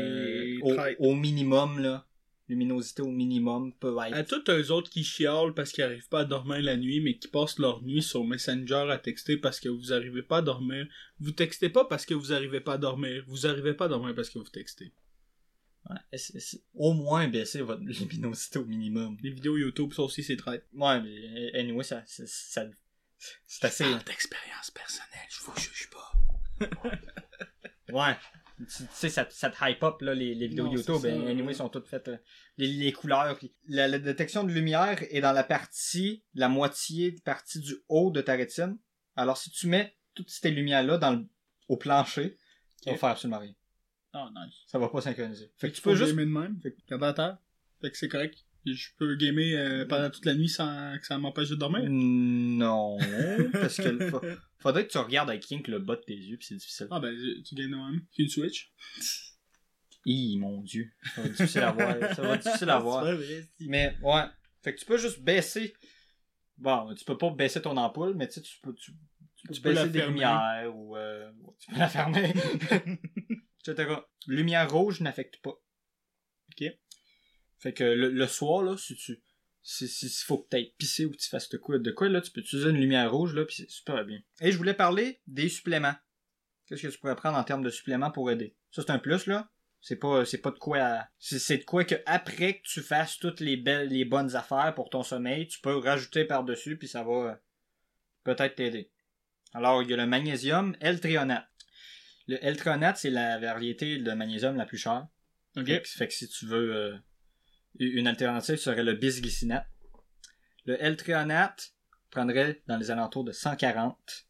au minimum, là. Luminosité au minimum peut être. À tous eux autres qui chialent parce qu'ils n'arrivent pas à dormir la nuit, mais qui passent leur nuit sur Messenger à texter parce que vous n'arrivez pas à dormir. Vous textez pas parce que vous n'arrivez pas à dormir. Vous n'arrivez pas à dormir parce que vous textez. Ouais, au moins baisser votre luminosité au minimum. Les vidéos YouTube, ça aussi, c'est traite. Ouais, mais anyway, c'est assez... d'expérience personnelle, je vous juge pas. Ouais. Tu sais, ça te hype up, là, les vidéos YouTube. Anyway, sont toutes faites. Les couleurs. La détection de lumière est dans la moitié partie du haut de ta rétine. Alors, si tu mets toutes ces lumières-là au plancher, ça va faire absolument rien. Oh, nice. Ça va pas synchroniser. Fait que tu peux juste gamer de même. Fait que garde à terre. Fait que c'est correct. Je peux gamer pendant toute la nuit sans que ça m'empêche de dormir? Non. Parce que faudrait que tu regardes avec le bas de tes yeux, pis c'est difficile. Ah ben, tu gagnes même. Fais une Switch. Mon Dieu. Ça va être difficile à voir. C'est vrai, mais, ouais. Fait que tu peux juste baisser. Bon, tu peux pas baisser ton ampoule, mais tu peux baisser des lumières ou tu peux la fermer. Etc. Lumière rouge n'affecte pas. Ok. Fait que le soir, là, si faut que t'ailles pisser ou que tu fasses de quoi, là, tu peux utiliser une lumière rouge, là, pis c'est super bien. Et je voulais parler des suppléments. Qu'est-ce que tu pourrais prendre en termes de suppléments pour aider? Ça, c'est un plus, là. C'est pas de quoi c'est de quoi que après que tu fasses toutes les bonnes affaires pour ton sommeil, tu peux rajouter par-dessus, puis ça va peut-être t'aider. Alors, il y a le magnésium L-thréonate. Le L-thréonate, c'est la variété de magnésium la plus chère. Okay. Fait que si tu veux... une alternative serait le bisglycinate. Le L-thréonate prendrait dans les alentours de 140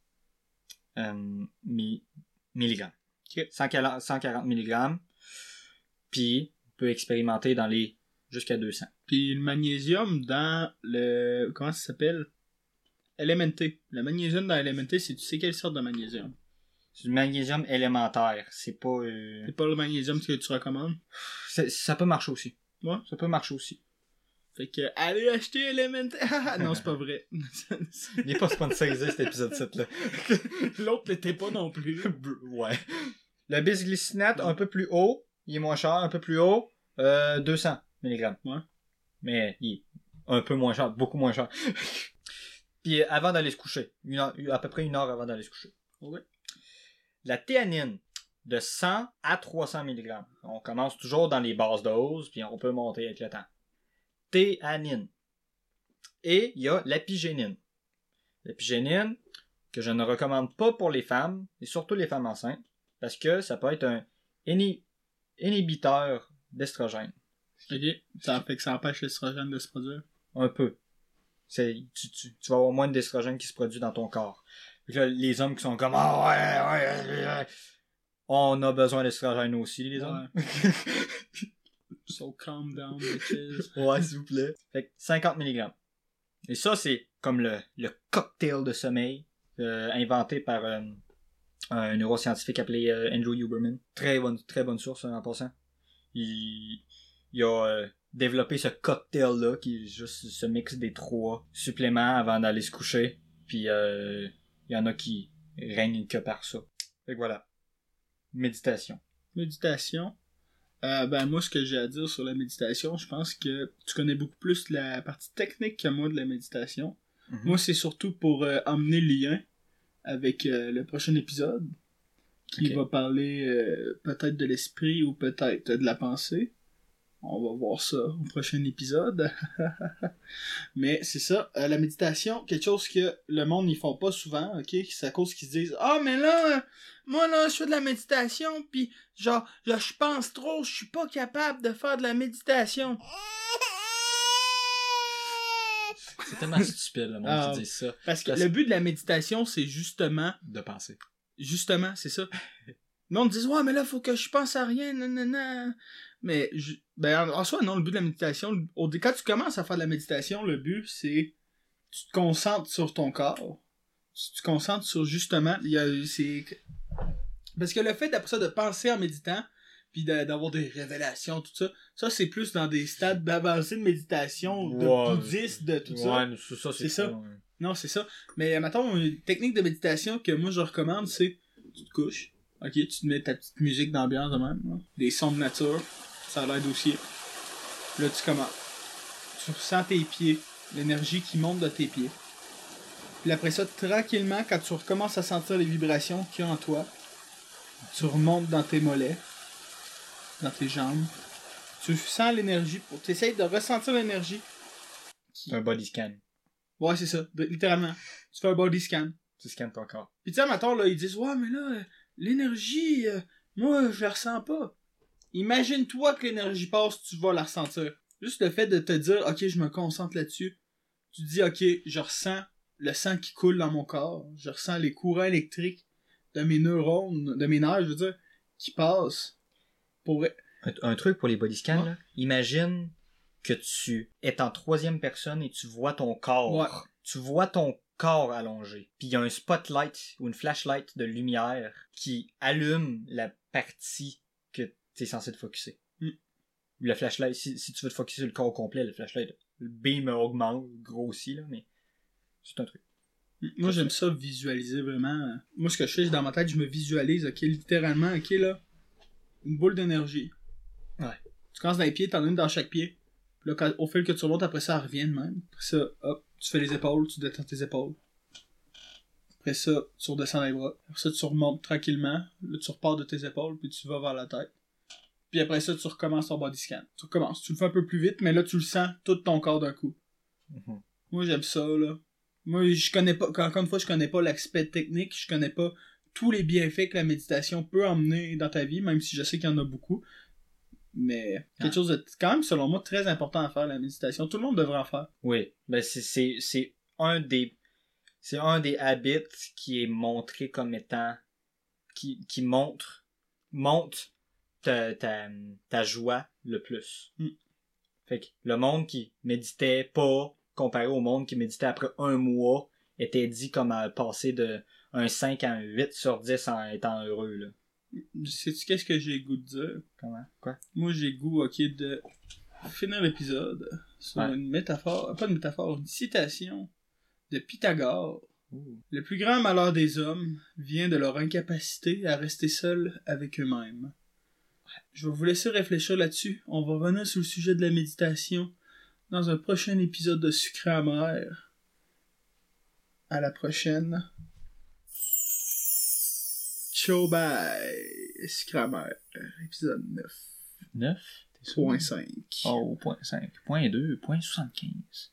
milligrammes. Okay. 140 milligrammes. Puis, on peut expérimenter dans jusqu'à 200. Puis le magnésium dans le... Comment ça s'appelle? LMNT. Le magnésium dans LMNT, tu sais quelle sorte de magnésium? C'est du magnésium élémentaire. C'est pas... C'est pas le magnésium que tu recommandes? Ça peut marcher aussi. Ouais. Ça peut marcher aussi. Fait que, allez acheter Element. Non, c'est pas vrai. Il n'est pas sponsorisé cet épisode-ci, là. L'autre l'était pas non plus. Ouais. Le bisglycinate, un peu plus haut. Il est moins cher, un peu plus haut. 200 mg. Ouais. Mais il est un peu moins cher, beaucoup moins cher. Puis avant d'aller se coucher. À peu près 1 heure avant d'aller se coucher. Ouais. La théanine. De 100 à 300 mg. On commence toujours dans les basses doses, puis on peut monter avec le temps. Théanine. Et il y a l'apigénine. L'apigénine, que je ne recommande pas pour les femmes, et surtout les femmes enceintes, parce que ça peut être un inhibiteur d'estrogène. Ok. Ça fait que ça empêche l'estrogène de se produire. Un peu. Tu vas avoir moins d'estrogène qui se produit dans ton corps. Puis là, les hommes qui sont comme ah ouais, on a besoin d'estrogène aussi, les hommes. So calm down, bitches. Ouais, s'il vous plaît. Fait que 50 mg. Et ça, c'est comme le cocktail de sommeil inventé par un neuroscientifique appelé Andrew Huberman. Très bonne source en passant. Il a développé ce cocktail-là qui est juste ce mix des 3 suppléments avant d'aller se coucher. Puis il y en a qui règnent que par ça. Fait que voilà. Méditation. Méditation. Moi, ce que j'ai à dire sur la méditation, je pense que tu connais beaucoup plus la partie technique que moi de la méditation. Mm-hmm. Moi, c'est surtout pour emmener le lien avec le prochain épisode qui va parler peut-être de l'esprit ou peut-être de la pensée. On va voir ça au prochain épisode. Mais c'est ça, la méditation, quelque chose que le monde n'y font pas souvent, ok? C'est à cause qu'ils se disent « Ah, mais là, moi là, je fais de la méditation, pis genre, je pense trop, je suis pas capable de faire de la méditation. » C'est tellement stupide, le monde qui dit ça. Parce que le but de la méditation, c'est justement... de penser. Justement, c'est ça. Le monde dit « Ouais, mais là, faut que je pense à rien, nanana. » Mais, en soi, non, le but de la méditation, quand tu commences à faire de la méditation, le but, c'est tu te concentres sur ton corps. Tu te concentres sur, justement, parce que le fait, d'après ça, de penser en méditant, puis d'avoir des révélations, tout ça, ça, c'est plus dans des stades d'avancée de méditation, de bouddhiste, de tout ça. Ouais, ça, c'est ça. Ouais. Non, c'est ça. Mais, mettons, une technique de méditation que moi, je recommande, c'est, tu te couches, ok, tu te mets ta petite musique d'ambiance de même, là, des sons de nature, ça l'aide aussi. Là, tu commences. Tu ressens tes pieds, l'énergie qui monte de tes pieds. Puis après ça, tranquillement, quand tu recommences à sentir les vibrations qu'il y a en toi, tu remontes dans tes mollets, dans tes jambes. Tu sens l'énergie, tu essaies de ressentir l'énergie. Un body scan. Ouais, c'est ça, littéralement. Tu fais un body scan. Tu scans ton corps. Puis tu sais, mettons, là, ils disent « Ouais, mais là, l'énergie, moi, je la ressens pas. » Imagine-toi que l'énergie passe, tu vas la ressentir. Juste le fait de te dire, ok, je me concentre là-dessus. Tu te dis, ok, je ressens le sang qui coule dans mon corps. Je ressens les courants électriques de mes neurones, de mes nerfs, je veux dire, qui passent. Un truc pour les body scans, là. Imagine que tu es en 3e personne et tu vois ton corps. Ouais. Tu vois ton corps allongé. Puis il y a un spotlight ou une flashlight de lumière qui allume la partie que t'es censé te focusser. Le flashlight, si tu veux te focusser sur le corps au complet, le flashlight, le beam augmente, grossit, là, mais c'est un truc. Moi, j'aime ça visualiser vraiment. Moi, ce que je fais, dans ma tête, je me visualise, ok, littéralement, ok, là, une boule d'énergie. Ouais. Tu commences dans les pieds, t'en as une dans chaque pied. Puis là, au fil que tu remontes, après ça, elle revient de même. Après ça, hop, tu fais les épaules, tu détends tes épaules. Après ça, tu redescends les bras. Après ça, tu remontes tranquillement. Là, tu repars de tes épaules, puis tu vas vers la tête. Puis après ça, tu recommences ton body scan. Tu recommences. Tu le fais un peu plus vite, mais là, tu le sens tout ton corps d'un coup. Mm-hmm. Moi, j'aime ça, là. Moi, je connais pas, encore une fois, je connais pas l'aspect technique, je connais pas tous les bienfaits que la méditation peut emmener dans ta vie, même si je sais qu'il y en a beaucoup. Mais quelque chose de, quand même, selon moi, très important à faire, la méditation. Tout le monde devrait en faire. Oui. Ben, c'est un des habits qui est montré comme étant, qui montre ta joie le plus. Fait que le monde qui méditait pas, comparé au monde qui méditait après un mois, était dit comme à passer de un 5 à un 8 sur 10 en étant heureux, là. Sais-tu qu'est-ce que j'ai goût de dire? Comment? Quoi? Moi, j'ai goût, ok, de finir l'épisode sur une métaphore, pas une métaphore, une citation de Pythagore. Ooh. Le plus grand malheur des hommes vient de leur incapacité à rester seuls avec eux-mêmes. Je vais vous laisser réfléchir là-dessus. On va revenir sur le sujet de la méditation dans un prochain épisode de Sucré Amer. À la prochaine. Ciao, bye. Sucré Amer, épisode 9. 9? .5. Oh, .5. .2, .75.